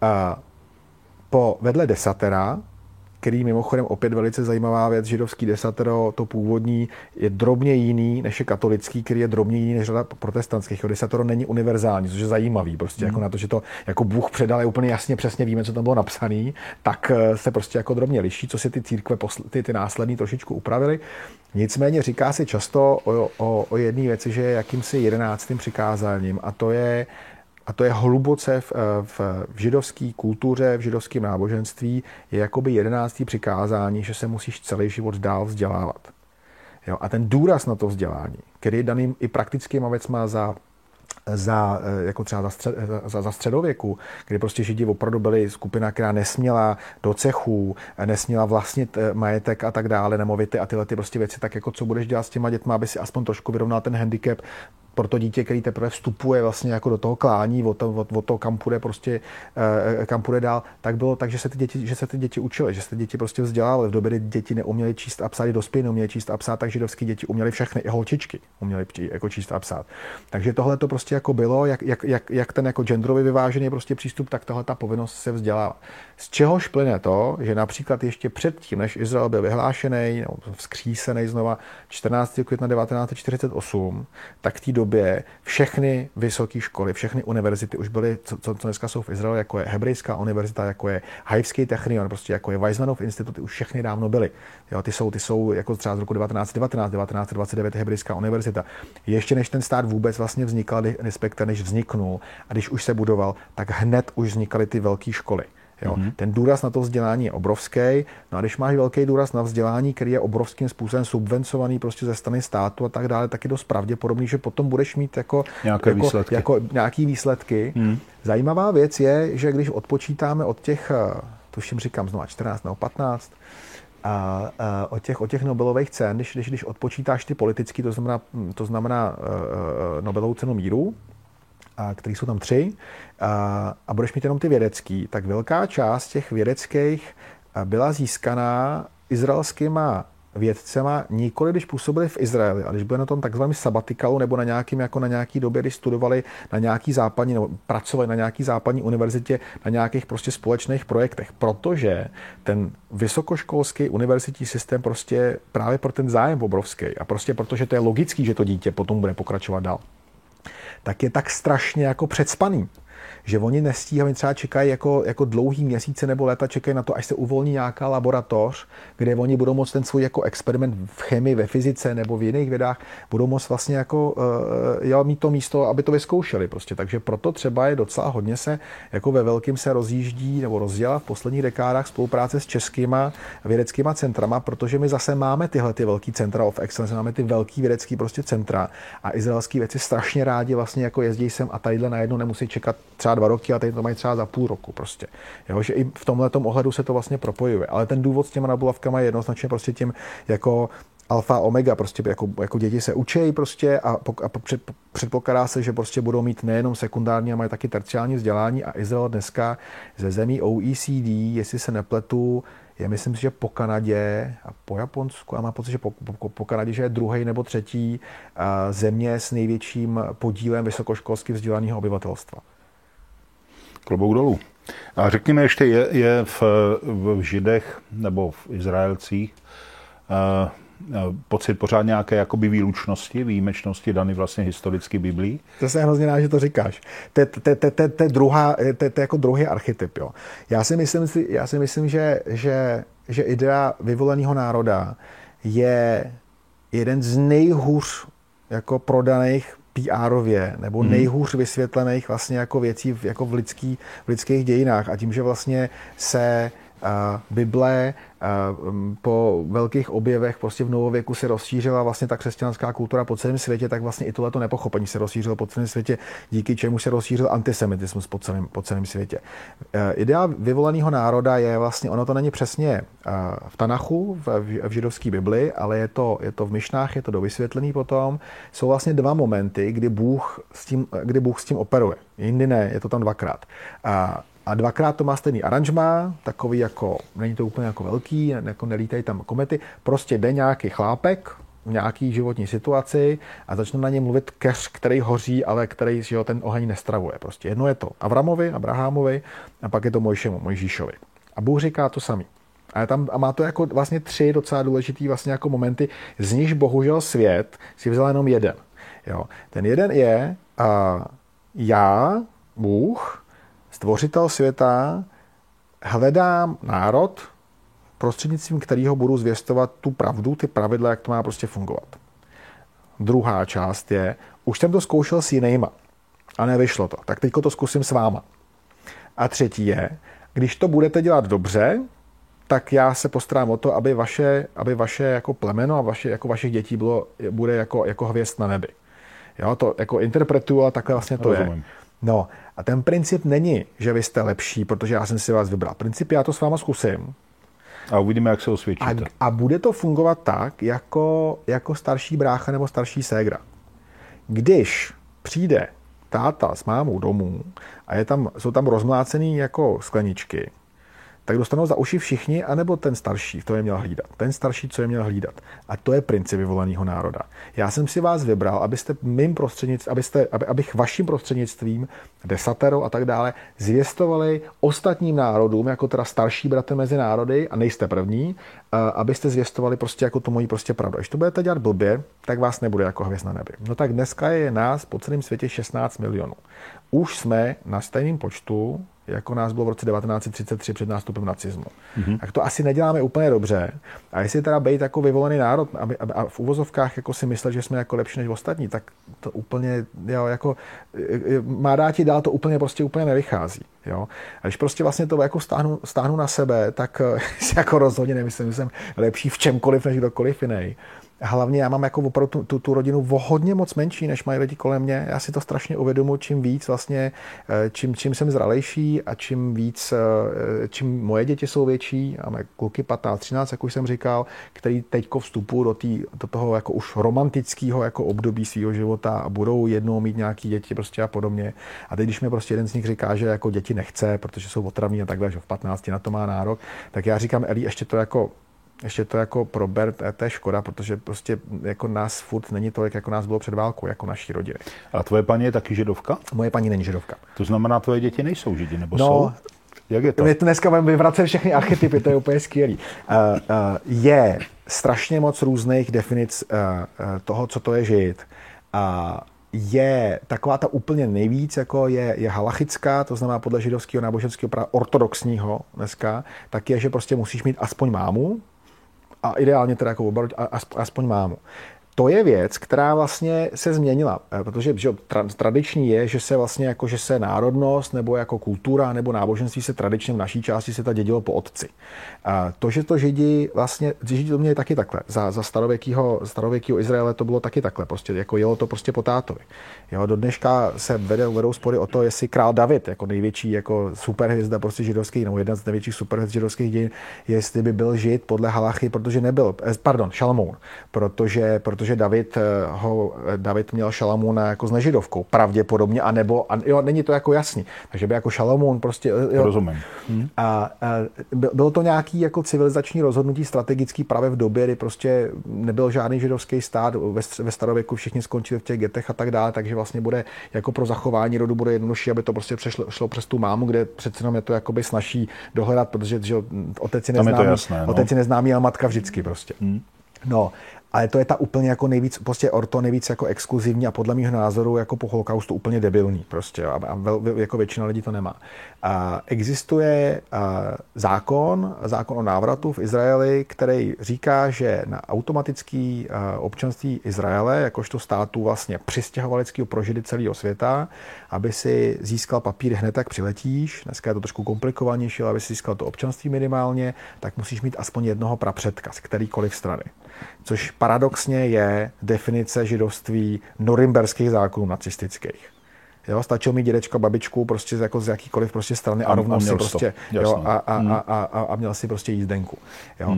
Vedle desatera, který mimochodem opět velice zajímavá věc, židovský desatero, to původní, je drobně jiný než je katolický, který je drobně jiný než řada protestantských. Desatero není univerzální, což je zajímavý, prostě jako na to, že to jako Bůh předal, je úplně jasně přesně víme, co tam bylo napsané, tak se prostě jako drobně liší, co si ty církve ty následný trošičku upravily. Nicméně říká se často o jedné věci, že je jakýmsi 11. přikázáním a to je hluboce v židovské kultuře, v židovském náboženství je jakoby 11. přikázání, že se musíš celý život dál vzdělávat. Jo? A ten důraz na to vzdělání, který je daným i praktickýma věcma jako třeba za středověku, kdy prostě Židi opravdu byli skupina, která nesměla do cechů, nesměla vlastnit majetek a tak dále, nemovity a tyhle ty prostě věci, tak jako co budeš dělat s těma dětma, aby si aspoň trošku vyrovnal ten handicap pro to dítě, který teprve vstupuje vlastně jako do toho klání, od toho kam půjde dál, tak bylo tak, že se ty děti učily, že se ty děti prostě vzdělávaly. V době, kdy děti neuměly číst a psát, i dospělí neuměli číst a psát, tak židovský děti uměly všechny, i holčičky uměly jako číst a psát. Takže tohle to prostě jako bylo, jak ten jako genderově vyvážený prostě přístup, tak tahle ta povinnost se vzdělávat. Z čehož plyne to, že například ještě předtím, než Izrael byl vyhlášený, nebo vzkřísený znova 14. května 1948, tak v té době všechny vysoké školy, všechny univerzity už byly, co dneska jsou v Izraeli, jako je Hebrejská univerzita, jako je Haifský technion, prostě jako je Weizmannův institut, už všechny dávno byly. Jo, ty jsou jako třeba z roku 1919, 1929 Hebrejská univerzita. Ještě než ten stát vůbec vlastně vznikal, respektive než vzniknul a když už se budoval, tak hned už vznikaly ty velké školy. Jo. Ten důraz na to vzdělání je obrovský. No a když máš velký důraz na vzdělání, který je obrovským způsobem subvencovaný prostě ze strany státu a tak dále, tak je dost pravděpodobný, že potom budeš mít nějaký výsledky. Zajímavá věc je, že když odpočítáme od těch, tuším říkám znovu 14 nebo 15, od těch Nobelových cen, když odpočítáš ty politický, to znamená Nobelovu cenu míru, který jsou tam 3, a budeš mít jenom ty vědecký, tak velká část těch vědeckých byla získaná izraelskýma vědcema nikoli, když působili v Izraeli, ale když byli na tom takzvaném sabatikalu nebo na nějaký době, když studovali na nějaký západní, nebo pracovali na nějaký západní univerzitě, na nějakých prostě společných projektech, protože ten vysokoškolský univerzitní systém prostě právě pro ten zájem obrovský a prostě protože to je logický, že to dítě potom bude pokračovat dál, tak je tak strašně jako předspaný, že oni nestíhají, třeba čekají jako dlouhý měsíce nebo léta, čekají na to, až se uvolní nějaká laboratoř, kde oni budou moct ten svůj jako experiment v chemii, ve fyzice nebo v jiných vědách, budou moct vlastně jako mít to místo, aby to vyzkoušeli prostě. Takže proto třeba je docela hodně se jako ve velkým se rozjíždí nebo rozdělá v posledních dekádách spolupráce s českýma vědeckýma centrama, protože my zase máme tyhle ty velký centra of excellence, máme ty velký vědecký prostě centra a izraelský vědci strašně rádi vlastně jako jezdí sem a tadyhle najednou nemusí čekat třeba 2 roky a tady to mají třeba za půl roku prostě. Jo, že i v tomhletom ohledu se to vlastně propojuje. Ale ten důvod s těma nabulavkama je jednoznačně prostě tím jako alfa omega, prostě jako děti se učí prostě a předpokládá se, že prostě budou mít nejenom sekundární, ale mají taky terciální vzdělání a Izrael dneska ze zemí OECD, jestli se nepletu, je, myslím si, že po Kanadě a po Japonsku, a mám pocit, že po Kanadě, že je druhý nebo třetí země s největším podílem vysokoškolsky vzdělaného obyvatelstva. Klobouk dolů. A řekněme ještě, je v Židech nebo v Izraelcích pocit pořád nějaké jakoby výlučnosti, výjimečnosti daný vlastně historicky Biblii? To se hrozně rád, že to říkáš. To je jako druhý archetyp. Jo. Já si myslím, že idea vyvoleného národa je jeden z nejhůř jako prodaných PR-ově, nebo nejhůř vysvětlených vlastně jako věcí jako v lidských dějinách. A tím, že vlastně se Bible po velkých objevech prostě v novověku se rozšířila vlastně ta křesťanská kultura po celém světě, tak vlastně i tohleto nepochopení se rozšířilo po celém světě, díky čemu se rozšířil antisemitismus po celém světě. Idea vyvoleného národa je vlastně, ono to není přesně v Tanachu, v židovské Bibli, ale je to v Mišnách, je to dovysvětlený potom. Jsou vlastně dva momenty, kdy Bůh s tím operuje. Jindy ne, je to tam dvakrát. A dvakrát to má stejný aranžmá, takový jako, není to úplně jako velký, jako nelítají tam komety, prostě jde nějaký chlápek v nějaký životní situaci a začne na ně mluvit keř, který hoří, ale který že jo, ten oheň nestravuje. Prostě jedno je to Abrahamovi a pak je to Mojžíšovi. A Bůh říká to samý. A má to jako vlastně 3 docela důležitý vlastně jako momenty, z nichž bohužel svět si vzal jenom jeden. Jo. Ten jeden je já, Bůh, Stvořitel světa, hledám národ, prostřednictvím kterého budu zvěstovat tu pravdu, ty pravidla, jak to má prostě fungovat. Druhá část je, už jsem to zkoušel s jinýma a nevyšlo to, tak teďko to zkusím s váma. A třetí je, když to budete dělat dobře, tak já se postarám o to, aby vaše jako plemeno a jako vašich dětí bude jako hvězd na nebi. Jo, to jako interpretuju, ale takhle vlastně to je. No a ten princip není, že vy jste lepší, protože já jsem si vás vybral. Princip já to s váma zkusím. A uvidíme, jak se osvědčíte. A bude to fungovat tak, jako starší brácha nebo starší ségra. Když přijde táta s mámou domů a jsou tam rozmlácený jako skleničky, tak dostanou za uši všichni, anebo ten starší, co je měl hlídat. Ten starší, co je měl hlídat. A to je princip vyvoleného národa. Já jsem si vás vybral, abyste mým prostřednictvím, abych vaším prostřednictvím, desaterou a tak dále, zvěstovali ostatním národům, jako teda starší bratr mezi národy, a nejste první, abyste zvěstovali prostě jako to mojí prostě pravdu. Když to budete dělat blbě, tak vás nebude jako hvězd na nebi. No tak dneska je nás po celém světě 16 milionů. Už jsme na stejném počtu, jako nás bylo v roce 1933 před nástupem nacismu. Tak to asi neděláme úplně dobře. A jestli teda být jako vyvolený národ a v uvozovkách jako si myslet, že jsme jako lepší než ostatní, tak to úplně, jo, jako má dáti dál to úplně nevychází. Jo? A když prostě vlastně to jako stáhnu na sebe, tak si jako rozhodně nemyslím, že jsem lepší v čemkoliv než kdokoliv jiný. Hlavně já mám jako opravdu tu rodinu o hodně moc menší, než mají lidi kolem mě. Já si to strašně uvědomuji, čím víc vlastně, čím jsem zralejší a čím moje děti jsou větší, máme kluky 15, 13, jak už jsem říkal, který teďko vstupují do toho jako už romantického jako období svého života a budou jednou mít nějaký děti prostě a podobně. A teď, když mi prostě jeden z nich říká, že jako děti nechce, protože jsou otravní a takhle, že v 15 na to má nárok, tak já říkám, Eli, ještě to jako prober, to je škoda, protože prostě jako nás furt není tolik, jako nás bylo před válkou, jako naší rodiny. A tvoje paní je taky židovka? Moje paní není židovka. To znamená, tvoje děti nejsou židi, nebo jsou? Jak je to? My dneska budeme vyvracet všechny archetypy, to je úplně skvělý. Je strašně moc různých definic toho, co to je žid. Je taková ta úplně nejvíc, jako je halachická, to znamená podle židovského náboženského práva ortodoxního dneska, tak je, že prostě musíš mít aspoň mámu, a ideálně teda jako aspoň mámu. To je věc, která vlastně se změnila, protože tradiční je, že se vlastně jako, že se národnost nebo jako kultura nebo náboženství se tradičně v naší části se ta dědilo po otci. To, že to Židi to měli taky takhle. Za starověkého Izraele to bylo taky takhle. Prostě jako jelo to prostě po tátovi. Jo, do dneška se vedou spory o to, jestli král David, jako největší jako superhvězda prostě židovských, nebo jedna z největších superhvězd židovských dějin, jestli by byl Žid podle halachy, protože nebyl, Šalamoun, protože protože David měl Šalamúna jako s nežidovkou, pravděpodobně, jo, není to jako jasný. Takže by jako Šalamún prostě... Jo. Rozumím. A bylo to nějaký jako civilizační rozhodnutí strategický právě v době, kdy prostě nebyl žádný židovský stát, ve starověku všichni skončili v těch getech a tak dále, takže vlastně bude jako pro zachování rodu bude jednodušší, aby to prostě šlo přes tu mámu, kde přece jenom je to jakoby snaží dohledat, protože že otec je neznámý, ale matka vždycky prostě. No, ale to je ta úplně jako nejvíc, prostě orto nejvíc jako exkluzivní a podle mého názoru jako po holokaustu úplně debilní prostě a jako většina lidí to nemá. Existuje zákon o návratu v Izraeli, který říká, že na automatický občanství Izraele, jakožto státu vlastně přistěhovaleckého pro židy celého světa, aby si získal papír hned, jak přiletíš, dneska je to trošku komplikovanější, ale aby si získal to občanství minimálně, tak musíš mít aspoň jednoho prapředka z kterýkoliv strany. Což paradoxně je definice židovství norimberských zákonů nacistických. Jo, stačilo mít dědečka, babičku prostě jako z jakýkoliv prostě strany a rovnou si prostě a měl si prostě jízdenku. Jo.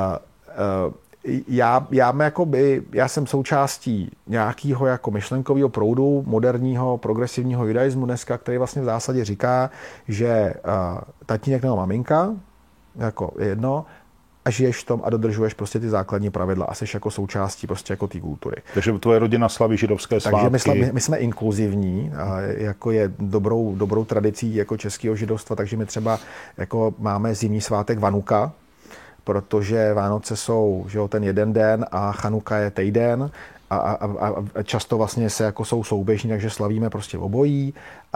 Já jsem součástí nějakého jako myšlenkového proudu moderního progresivního judaismu dneska, který vlastně v zásadě říká, že tatínek nebo maminka jako jedno a žiješ v tom a dodržuješ prostě ty základní pravidla a jsi jako součástí prostě jako té kultury. Takže tvoje rodina slaví židovské svátky. Takže my jsme inkluzivní, jako je dobrou tradicí jako českého židovstva, takže my třeba jako máme zimní svátek Vanuka, protože Vánoce jsou, že jo, ten jeden den a Chanuka je týden a často vlastně se jako jsou souběžní, takže slavíme prostě obojí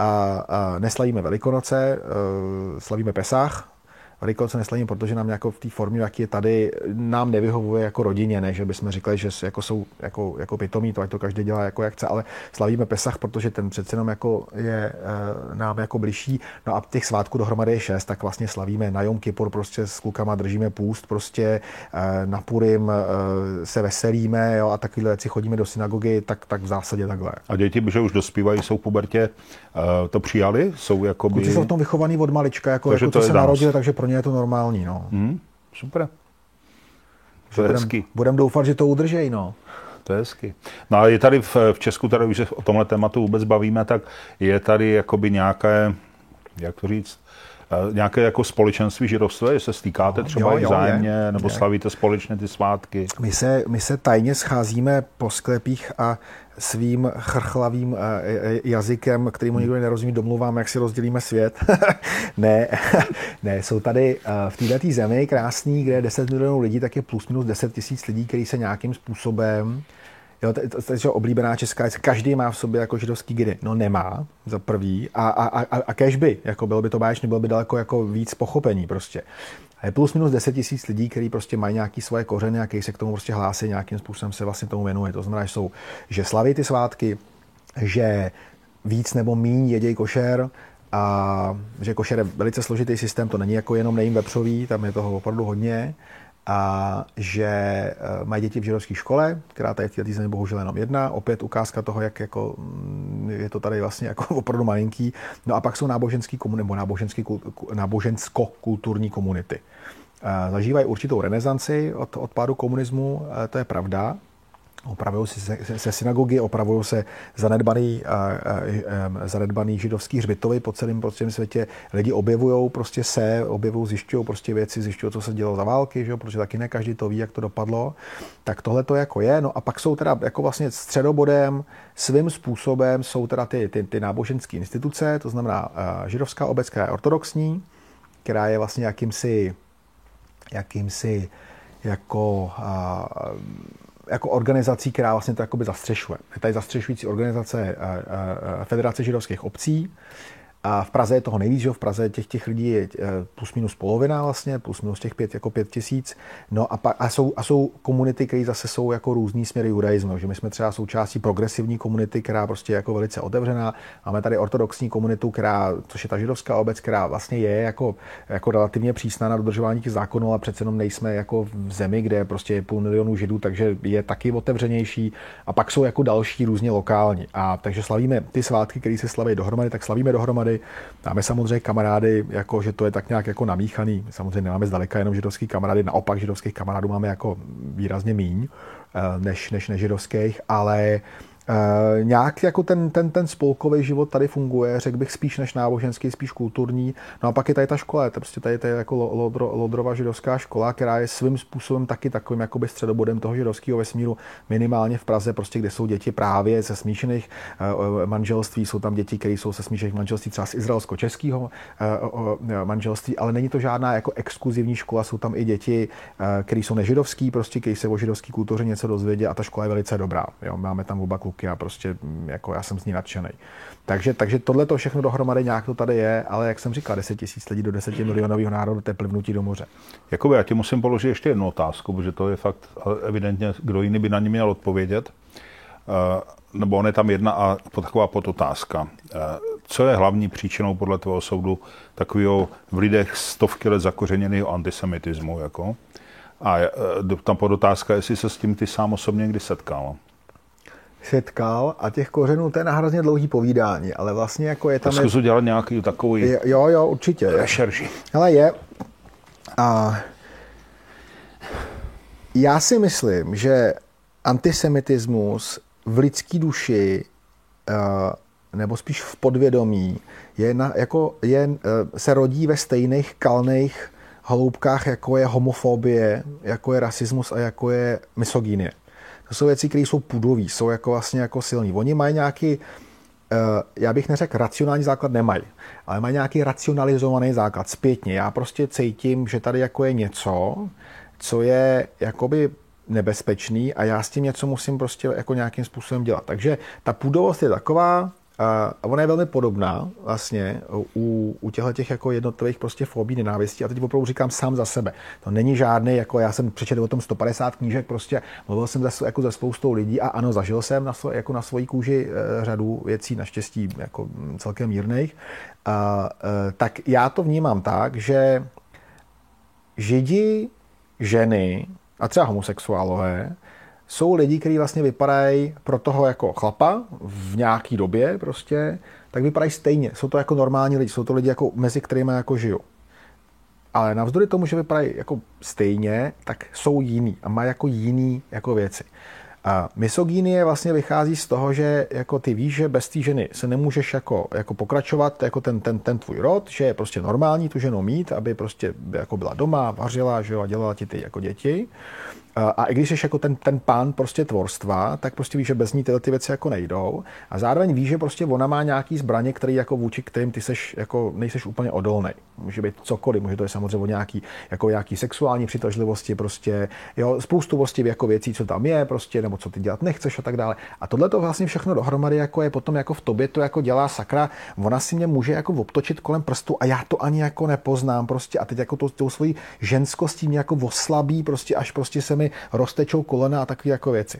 a neslavíme Velikonoce, slavíme Pesach. Velikonoce neslavíme, protože nám jako v té formě, jak je tady, nám nevyhovuje jako rodině, ne, že bychom říkali, že jako jsou jako pitomí, to ať to každý dělá jako jak chce, ale slavíme Pesach, protože ten přece jenom jako je nám jako bližší. No a těch svátků dohromady je 6, tak vlastně slavíme na Jom Kipur, prostě s klukama držíme půst, prostě na Purim se veselíme, jo, a takovýhle věci chodíme do synagogy, tak v zásadě takhle. A děti, že už dospívají, jsou v pubertě, to přijali? Jsou jakoby... Kluci jsou v tom vychovaný od malička, jako co se narodili, takže pro ně je to normální, no. Super. To je hezky. Budem doufat, že to udržej, no. To je hezky. No a je tady v Česku, tady už se o tomhle tématu vůbec bavíme, tak je tady jakoby nějaké, jak to říct, nějaké jako společenství židovstva, že se stýkáte třeba i vzájemně, nebo slavíte společně ty svátky? My se tajně scházíme po sklepích a svým chrchlavým jazykem, kterýmu nikdo nerozumí, domluváme, jak si rozdělíme svět. ne, jsou tady v této zemi krásný, kde je 10 milionů lidí, tak je plus minus 10 000 lidí, kteří se nějakým způsobem... Jo, to je oblíbená česká věc. Každý má v sobě jako židovský geny. No nemá, za prvý. A kéž by, jako bylo by to báječné, bylo by daleko jako víc pochopení prostě. A je plus minus 10 000 lidí, kteří prostě mají nějaké svoje kořeny a kteří se k tomu prostě hlásí, nějakým způsobem se vlastně tomu věnuje. To znamená, že slaví ty svátky, že víc nebo míň jedějí košer, a že košer je velice složitý systém, to není jako jenom nejím vepřový, tam je toho opravdu hodně. A že mají děti v židovské škole, která tady v této zemi bohužel jenom jedna, opět ukázka toho, jak jako je to tady vlastně jako opravdu malinký. No a pak jsou nábožensko-kulturní komunity. Zažívají určitou renesanci od pádu komunismu, to je pravda. Opravují se synagogy, opravují se zanedbaný židovský hřbitovy po celém světě. Lidi objevují, zjišťují prostě věci, zjišťují, co se dělo za války, že? Protože taky ne každý to ví, jak to dopadlo. Tak tohle to jako je. No a pak jsou teda jako vlastně středobodem, svým způsobem jsou teda ty náboženské instituce, to znamená židovská obec, která je ortodoxní, která je vlastně jakýmsi jako organizací, která vlastně to jakoby zastřešuje. Je tady zastřešující organizace Federace židovských obcí. A v Praze je toho nejvíc, že? V Praze těch lidí je plus minus polovina vlastně, plus minus těch 5 000. No a jsou komunity, které zase jsou jako různý směry judaismu. Že my jsme třeba součástí progresivní komunity, která prostě je jako velice otevřená. Máme tady ortodoxní komunitu, což je ta židovská obec, která vlastně je jako relativně přísná na dodržování těch zákonů, ale přece jenom nejsme jako v zemi, kde prostě je 500 000 židů, takže je taky otevřenější. A pak jsou jako další různě lokální. A takže slavíme ty svátky, které se slaví dohromady, tak slavíme dohromady. kamarády. Máme samozřejmě kamarády, jako, že to je tak nějak jako namíchaný. Samozřejmě nemáme zdaleka jenom židovský kamarády, naopak židovských kamarádů máme jako výrazně míň než nežidovských, ale nějak jako ten spolkový život tady funguje, řekl bych spíš než náboženský, spíš kulturní. No a pak je tady ta škola, to prostě tady je jako Lodrova židovská škola, která je svým způsobem taky takovým jakoby středobodem toho židovského vesmíru, minimálně v Praze, prostě, kde jsou děti právě ze smíšených manželství, jsou tam děti, které jsou ze smíšených manželství třeba z izraelsko-českého manželství, ale není to žádná jako exkluzivní škola, jsou tam i děti, které jsou nežidovský, prostě, které se o židovské kultuře něco dozvědí a ta škola je velice dobrá. Jo, máme tam oba kluky a prostě jako já jsem z ní nadšený. Takže tohle to všechno dohromady nějak to tady je, ale jak jsem říkal, 10 000 lidí do 10 milionového národa, to je plivnutí do moře. Jakoby já ti musím položit ještě jednu otázku, protože to je fakt evidentně, kdo jiný by na ní měl odpovědět. Nebo on je tam jedna a taková podotázka. Co je hlavní příčinou podle tvého soudu takového v lidech stovky let zakořeněného antisemitismu? Jako? A tam podotázka, jestli se s tím ty sám osobně kdy setkal. A těch kořenů, to je na hrozně dlouhý povídání, ale vlastně jako je tam... Zkusu dělat nějaký takový... Jo, určitě. Rešerži. Ale je. A já si myslím, že antisemitismus v lidský duši, nebo spíš v podvědomí, se rodí ve stejných kalných hloubkách, jako je homofobie, jako je rasismus a jako je misogynie. To jsou věci, které jsou pudový, jsou jako vlastně jako silný. Oni mají nějaký, já bych neřekl racionální základ, nemají, ale mají nějaký racionalizovaný základ zpětně. Já prostě cítím, že tady jako je něco, co je jakoby nebezpečný a já s tím něco musím prostě jako nějakým způsobem dělat. Takže ta půdovost je taková, a ona je velmi podobná vlastně u těchto jako jednotlivých prostě fobí, nenávistí. A teď opravdu říkám sám za sebe. To není žádný, jako já jsem přečetl o tom 150 knížek, prostě mluvil jsem jako se spoustou lidí a ano, zažil jsem na svojí kůži řadu věcí, naštěstí jako celkem mírných. Tak já to vnímám tak, že Židi, ženy a třeba homosexuálové jsou lidi, kteří vlastně vypadají pro toho jako chlapa v nějaký době prostě, tak vypadají stejně. Jsou to jako normální lidi, jsou to lidi, jako, mezi kterými jako žiju. Ale navzdory tomu, že vypadají jako stejně, tak jsou jiný a mají jako jiný jako věci. A misogynie vlastně vychází z toho, že jako ty víš, že bez té ženy se nemůžeš jako pokračovat jako ten tvůj rod, že je prostě normální tu ženu mít, aby prostě jako byla doma, vařila, že jo, a dělala ti ty jako děti. A i když jsi jako ten pán prostě tvorstva, tak prostě víš, že bez ní tyhle ty věci jako nejdou. A zároveň víš, že prostě ona má nějaký zbraně, který jako vůči kterým ty seš jako nejseš úplně odolnej. Může být cokoliv, může to je samozřejmě o nějaký sexuální přitažlivosti, prostě, jo, spoustu vlastně jako věcí, co tam je, prostě, nebo co ty dělat nechceš a tak dále. A tohle to vlastně všechno dohromady jako je potom jako v tobě to jako dělá sakra. Ona si mě může jako obtočit kolem prstu a já to ani jako nepoznám prostě a teď jako tou svojí ženskostí mě jako oslabí prostě až prostě se mi roztečou kolena a takové jako věci.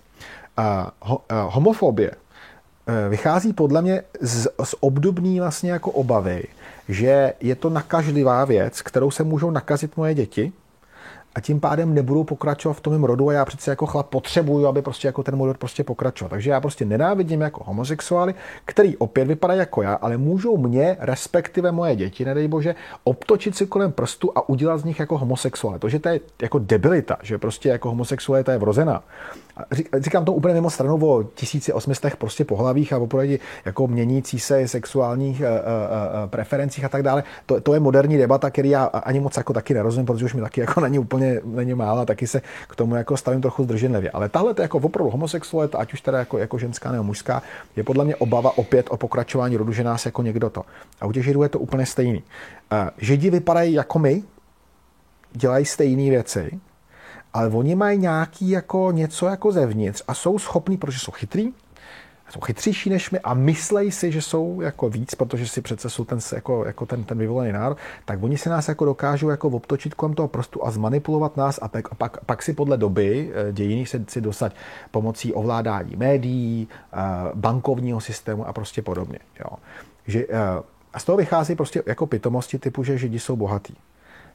Homofobie vychází podle mě z obdobný vlastně jako obavy, že je to nakažlivá věc, kterou se můžou nakazit moje děti a tím pádem nebudou pokračovat v tom mém rodu a já přece jako chlap potřebuju, aby prostě jako ten můj rod prostě pokračoval. Takže já prostě nenávidím jako homosexuály, který opět vypadají jako já, ale můžou mě, respektive moje děti, nedej bože, obtočit si kolem prstu a udělat z nich jako homosexuály. To, že to je jako debilita, že prostě jako homosexualita je vrozená. Říkám to úplně mimo stranu o 1800 prostě pohlavích a opravdu jako měnící se sexuálních preferencích a tak dále. To je moderní debata, který já ani moc jako taky nerozumím, protože už mi taky jako není málo, taky se k tomu jako stavím trochu zdrženlivě. Ale tahle to jako opravdu homosexualita, ať už teda jako ženská nebo mužská, je podle mě obava opět o pokračování rodu, že nás jako někdo to. A u těch Židů je to úplně stejný. Židi vypadají jako my, dělají stejné věci, ale oni mají nějaký jako něco jako zevnitř a jsou schopní, protože jsou chytrý, jsou chytřejší než my a myslej si, že jsou jako víc, protože si přece jsou ten vyvolený národ, tak oni si nás jako dokážou jako obtočit kolem toho prstu a zmanipulovat nás a pak si podle doby dějiny si dostat pomocí ovládání médií, bankovního systému a prostě podobně. Jo. A z toho vychází prostě jako pitomosti typu, že Židi jsou bohatí.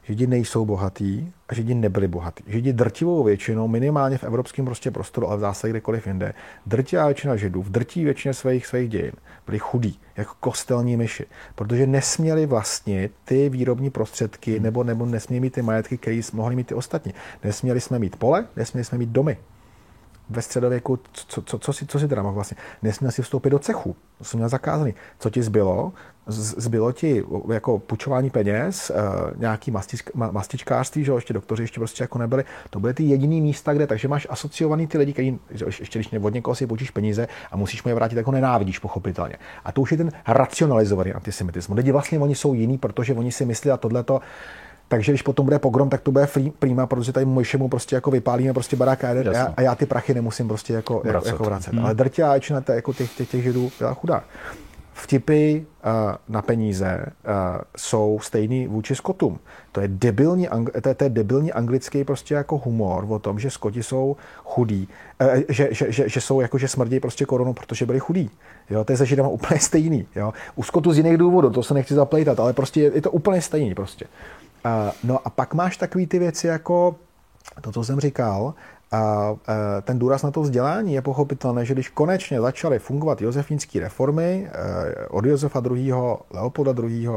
Židi nejsou bohatí a Židi nebyli bohatí. Židi drtivou většinou, minimálně v evropském prostě prostoru, ale v zásadě kdekoliv jinde, drtivá většina Židů v drtí většině svých dějin byli chudí, jako kostelní myši, protože nesměli vlastnit ty výrobní prostředky nebo nesměli mít ty majetky, které mohli mít ty ostatní. Nesměli jsme mít pole, nesměli jsme mít domy. Ve středověku, co si teda mohl vlastně? Nesměl si vstoupit do cechu, to jsem měl zakázaný. Co ti zbylo? Zbylo ti jako půjčování peněz, nějaký mastičkářství, že ještě doktoři ještě prostě jako nebyli. To byly ty jediný místa, kde, takže máš asociovaný ty lidi, kteří ještě když od někoho si půjčíš peníze a musíš mu je vrátit, jako nenávidíš pochopitelně. A to už je ten racionalizovaný antisemitismus. Lidi vlastně oni jsou jiní, protože oni si myslí a tohleto. Takže když potom bude pogrom, tak to bude prima, protože tady Mojšemu prostě jako vypálíme prostě barák a já ty prachy nemusím prostě jako vracet. Ale drtivá většina jako těch Židů byla chudá. Vtipy na peníze jsou stejný vůči Skotům. To je debilní anglický prostě jako humor o tom, že Skoti jsou chudí, že jsou jako, že smrdí prostě korunu, protože byli chudí. Jo, to je se Židama úplně stejný. Jo. U Skotů z jiných důvodů, to se nechci zaplejtat, ale prostě je to úplně stejný prostě. No a pak máš takový ty věci jako to, co jsem říkal, ten důraz na to vzdělání je pochopitelné, že když konečně začaly fungovat josefínské reformy od Josefa II., Leopolda II.,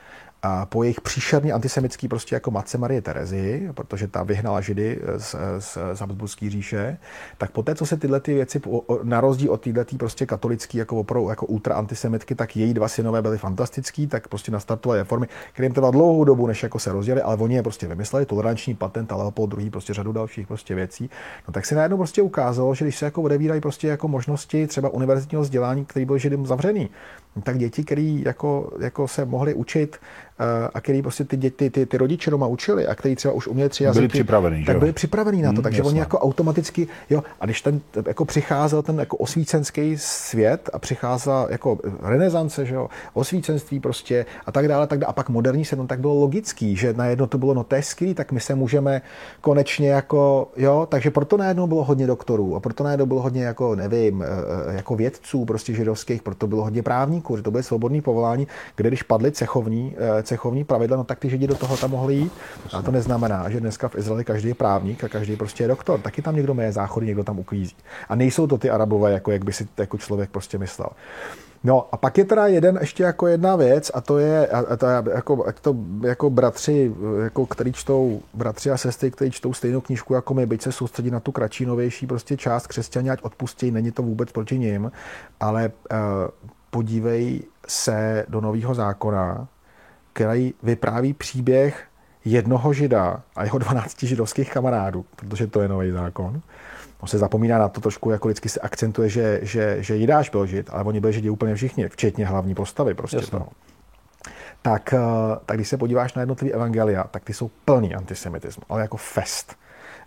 a po jejich příšerně antisemický prostě jako matce Marie Terezy, protože ta vyhnala Židy z Habsburské říše, tak poté, co se tyhle ty věci, na rozdíl od této prostě katolický, jako opravdu jako ultra antisemitky, tak její dva synové byly fantastický, tak prostě nastartovaly reformy, které jim trvalo dlouhou dobu, než jako se rozdělili, ale oni je prostě vymysleli, toleranční patent a Leopold II. Prostě řadu dalších prostě věcí. No tak se najednou prostě ukázalo, že když se jako odevírají prostě jako možnosti třeba univerzitního vzdělání, který byl Židům zavřený, tak děti, který jako se mohli učit a který prostě ty rodiče doma učili a který třeba už uměli 3 jazyky, byli připravení na to, takže oni jako automaticky, jo, a když ten jako přicházel ten jako osvícenský svět a přicházela jako renesance, že jo, osvícenství prostě a tak dále, a pak moderní svět, no, tak bylo logický, že najednou to bylo, no to je skvělý, tak my se můžeme konečně jako, jo, takže proto najednou bylo hodně doktorů a proto najednou bylo hodně jako, nevím, jako vědců prostě židovských, proto bylo hodně právníků, že to byly svobodné povolání, kde když padly cechovní pravidla, no tak ty Židi do toho tam mohli jít. Ale to neznamená, že dneska v Izraeli každý je právník a každý prostě je doktor. Taky tam někdo měje záchody, někdo tam uklízí. A nejsou to ty Arabové, jak by si jako člověk prostě myslel. No a pak je teda ještě jako jedna věc a to je jako bratři, jako který čtou, bratři a sestry, kteří čtou stejnou knížku jako my, byť se soustředí na tu kratší, novější prostě část křesťané, ať odpustí, není to vůbec proti nim, ale podívej se do Nového zákona, který vypráví příběh jednoho Žida a jeho 12 židovských kamarádů, protože to je Nový zákon. On se zapomíná na to trošku, jako vždycky se akcentuje, že Jidáš byl Žid, ale oni byli Židi úplně všichni, včetně hlavní postavy. Prostě toho. Tak když se podíváš na jednotlivý evangelia, tak ty jsou plný antisemitismu, ale jako fest.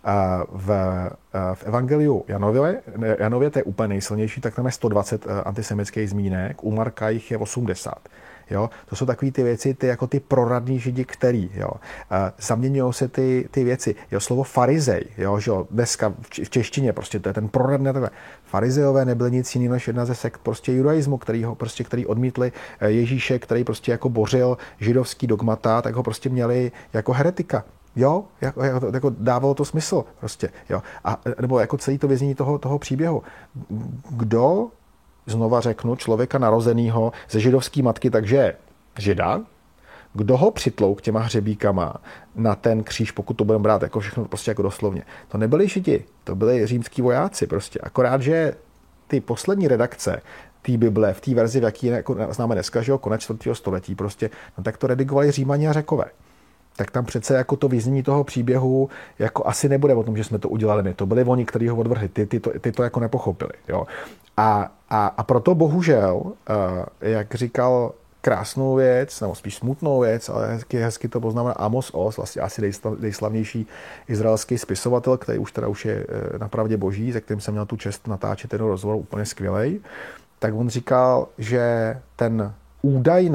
V evangeliu Janově, to je úplně nejsilnější, tak tam je 120 antisemických zmínek, u Marka jich je 80. Jo? To jsou takové ty věci, jako ty proradní Židi, který, jo? Zaměňují se ty věci. Jo, slovo farizej, jo, že jo, dneska v češtině prostě to je ten proradný. Farizejové nebyly nic jiného než jedna ze sekt prostě judaismu, který odmítli Ježíše, který prostě jako bořil židovský dogmata, tak ho prostě měli jako heretika. Jo, jako dávalo to smysl prostě, jo. A nebo jako celý to věznění toho příběhu. Kdo, znova řeknu, člověka narozenýho ze židovské matky, takže Žida, kdo ho přitlouk těma hřebíkama na ten kříž, pokud to budeme brát jako všechno prostě jako doslovně. To nebyli Židi, to byli římský vojáci prostě. Akorát, že ty poslední redakce té Bible, v té verzi, v jaký jako známe dneska, že jo, konec 4. století prostě, no tak to redigovali Římani a Řekové. Tak tam přece jako to vyznění toho příběhu jako asi nebude o tom, že jsme to udělali my. To byli oni, kteří ho odvrhli. Ty to jako nepochopili. Jo. A proto bohužel, jak říkal krásnou věc, nebo spíš smutnou věc, ale hezky to poznamená Amos Oz, vlastně asi nejslavnější izraelský spisovatel, který už je na pravdě boží, se kterým jsem měl tu čest natáčet ten rozhovor úplně skvělej, tak on říkal, že ten údajnej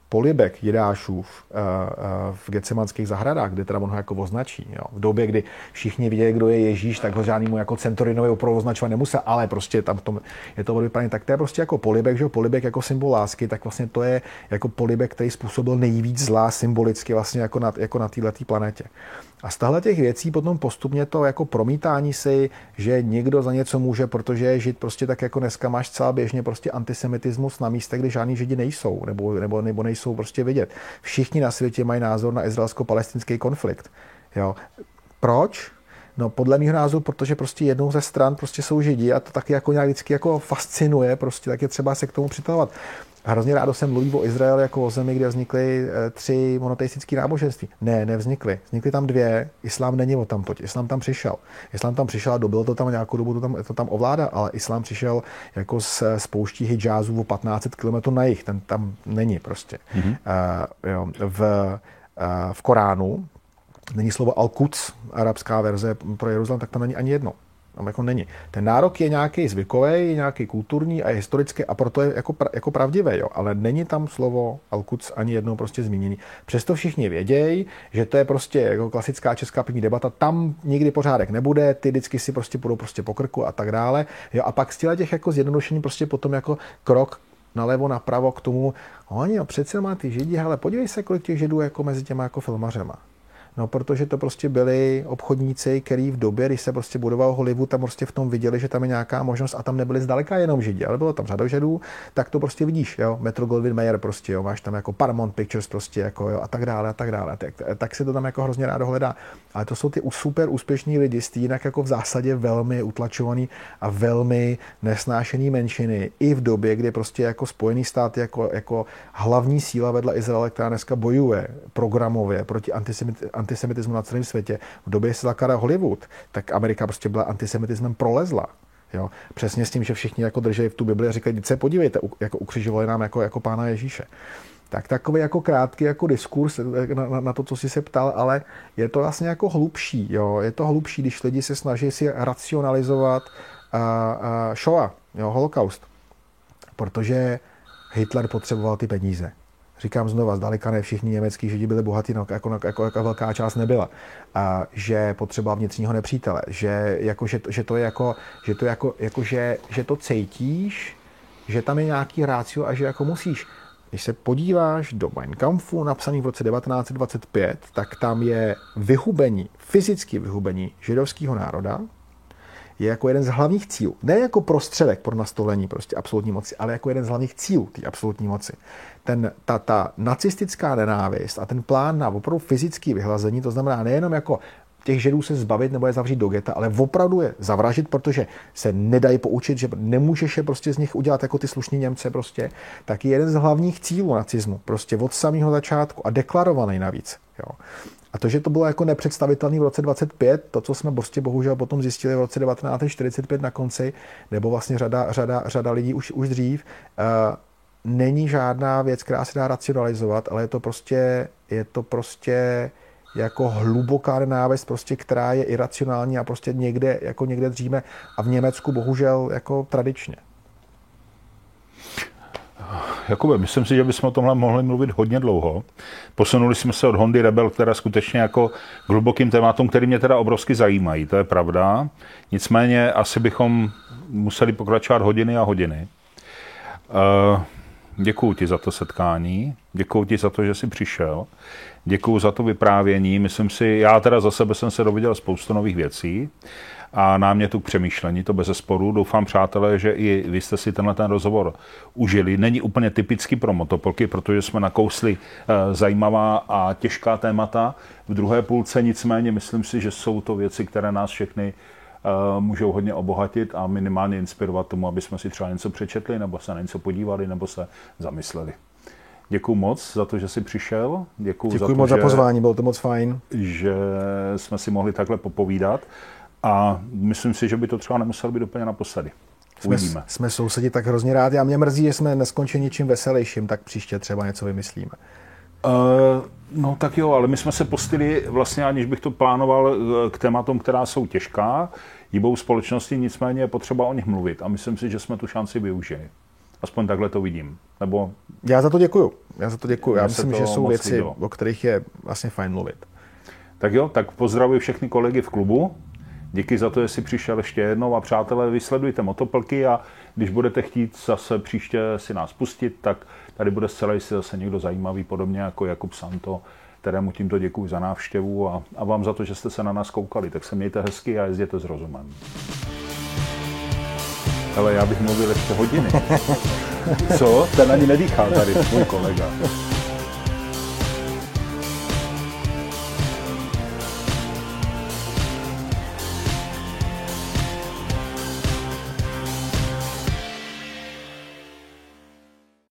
polibek Jidášův v Getsemanských zahradách, kde teda on ho jako označí. Jo. V době, kdy všichni věděli, kdo je Ježíš, tak ho žádnému jako Centurinovi opravdu označovat nemusel, ale prostě tam v tom je to vypadání. Tak to je prostě jako polibek, že polibek jako symbol lásky, tak vlastně to je jako polibek, který způsobil nejvíc zla symbolicky vlastně jako na této planetě. A z tahle těch věcí potom postupně to jako promítání si, že někdo za něco může, protože je žid, prostě tak jako dneska máš celá běžně prostě antisemitismus na místech, kde žádný židi nejsou nebo nejsou prostě vidět. Všichni na světě mají názor na izraelsko-palestinský konflikt. Jo. Proč? No podle mého názoru, protože prostě jednou ze stran prostě jsou židi a to taky jako nějak vždycky jako fascinuje, prostě tak je třeba se k tomu přitahovat. Hrozně rádo jsem mluví o Izraeli jako o zemi, kde vznikly 3 monoteistické náboženství. Ne, nevznikly. Vznikly tam 2. Islám není odtamtud. Islám tam přišel. Islám tam přišel a dobil to tam nějakou dobu, to tam ovládá, ale islám přišel jako z pouští Hidžázu o 1500 km na jih. Ten tam není prostě. V Koránu není slovo Al-Quds, arabská verze pro Jeruzalém, tak tam není ani jedno. Tam jako není. Ten nárok je nějaký zvykový, je nějaký kulturní a je historický a proto je jako pravdivý, jo. Ale není tam slovo Al-Quds ani jednou prostě zmíněný. Přesto všichni vědějí, že to je prostě jako klasická česká první debata, tam nikdy pořádek nebude, ty vždycky si prostě půjdou prostě po krku a tak dále. Jo. A pak z těch jako zjednodušení prostě potom jako krok nalevo, napravo k tomu, oni přece má ty židi, hele, podívej se, kolik těch židů jako mezi těma jako filmařema. No, protože to prostě byli obchodníci, který v době, když se prostě budoval Hollywood, tam prostě v tom viděli, že tam je nějaká možnost a tam nebyli zdaleka jenom židi, ale bylo tam řada židů, tak to prostě vidíš, jo, Metro Goldwyn Mayer prostě, jo, máš tam jako Paramount Pictures prostě, jako jo, a tak dále. Tak se to tam jako hrozně rádo hledá. Ale to jsou ty super úspěšní lidi, jinak jako v zásadě velmi utlačovaný a velmi nesnášený menšiny. I v době, kdy prostě jako Spojený státy jako hlavní síla vedle Izraele, která dneska bojuje programově proti antisemitismu na celém světě. V době se zakládá Hollywood, tak Amerika prostě byla antisemitismem prolezla. Jo? Přesně s tím, že všichni jako drželi v tu Bibli a říkají, teď se podívejte, jako ukřižovali nám jako pána Ježíše. Tak takový jako krátký jako diskurs na to, co jsi se ptal, ale je to vlastně jako hlubší. Jo? Je to hlubší, když lidi se snaží si racionalizovat Shoah, jo? Holokaust. Protože Hitler potřeboval ty peníze. Říkám znova, zdaleka ne všichni německý židi byli bohatí, jako velká část nebyla. A že potřeba vnitřního nepřítele, že to cítíš, že tam je nějaký rácio a že jako musíš. Když se podíváš do Mein Kampfu, napsaný v roce 1925, tak tam je fyzické vyhubení židovského národa, je jako jeden z hlavních cílů. Ne jako prostředek pro nastolení prostě absolutní moci, ale jako jeden z hlavních cílů té absolutní moci. Ta nacistická nenávist a ten plán na opravdu fyzické vyhlazení, to znamená nejenom jako těch židů se zbavit nebo je zavřít do geta, ale opravdu je zavražit, protože se nedají poučit, že nemůžeš je prostě z nich udělat jako ty slušní Němce prostě, tak je jeden z hlavních cílů nacismu, prostě od samého začátku a deklarovaný navíc. Jo. A to, že to bylo jako nepředstavitelné v roce 25, to, co jsme prostě bohužel potom zjistili v roce 1945 na konci, nebo vlastně řada lidí už dřív, není žádná věc, která se dá racionalizovat, ale je to prostě jako hluboká nenávist, prostě, která je iracionální a prostě někde dříme a v Německu bohužel jako tradičně. Jakube, myslím si, že bychom o tomhle mohli mluvit hodně dlouho. Posunuli jsme se od Hondy Rebel, která skutečně jako k hlubokým tématům, který mě teda obrovsky zajímají, to je pravda. Nicméně asi bychom museli pokračovat hodiny a hodiny. Děkuju ti za to setkání, děkuju ti za to, že jsi přišel, děkuju za to vyprávění. Myslím si, já teda za sebe jsem se dověděl spoustu nových věcí a námětu k přemýšlení, to bezesporu. Doufám, přátelé, že i vy jste si tenhle rozhovor užili. Není úplně typický pro motopolky, protože jsme nakousli zajímavá a těžká témata. V druhé půlce nicméně myslím si, že jsou to věci, které nás všechny můžou hodně obohatit a minimálně inspirovat tomu, aby jsme si třeba něco přečetli, nebo se na něco podívali, nebo se zamysleli. Děkuju moc za to, že jsi přišel. Děkuji moc za pozvání, bylo to moc fajn. Že jsme si mohli takhle popovídat a myslím si, že by to třeba nemuselo být úplně naposledy. Uvidíme. Jsme sousedi tak hrozně rádi a mě mrzí, že jsme neskončili ničím veselějším, tak příště třeba něco vymyslíme. No tak jo, ale my jsme se pustili vlastně, aniž bych to plánoval, k tématům, která jsou těžká, hýbou společnosti, nicméně je potřeba o nich mluvit a myslím si, že jsme tu šanci využili. Aspoň takhle to vidím. Nebo... Já za to děkuju. Já myslím, že jsou věci, líbilo. o kterých je vlastně fajn mluvit. Tak jo, tak pozdravuji všechny kolegy v klubu. Díky za to, že jsi přišel ještě jednou a přátelé, vysledujte Motoplky a když budete chtít zase příště si nás pustit, tak tady bude zcela jistě zase někdo zajímavý, podobně jako Jakub Santo, kterému tímto děkuji za návštěvu a vám za to, že jste se na nás koukali. Tak se mějte hezky a jezděte s rozumem. Ale já bych mluvil ještě hodiny. Co? Ten ani nedýchá tady, můj kolega.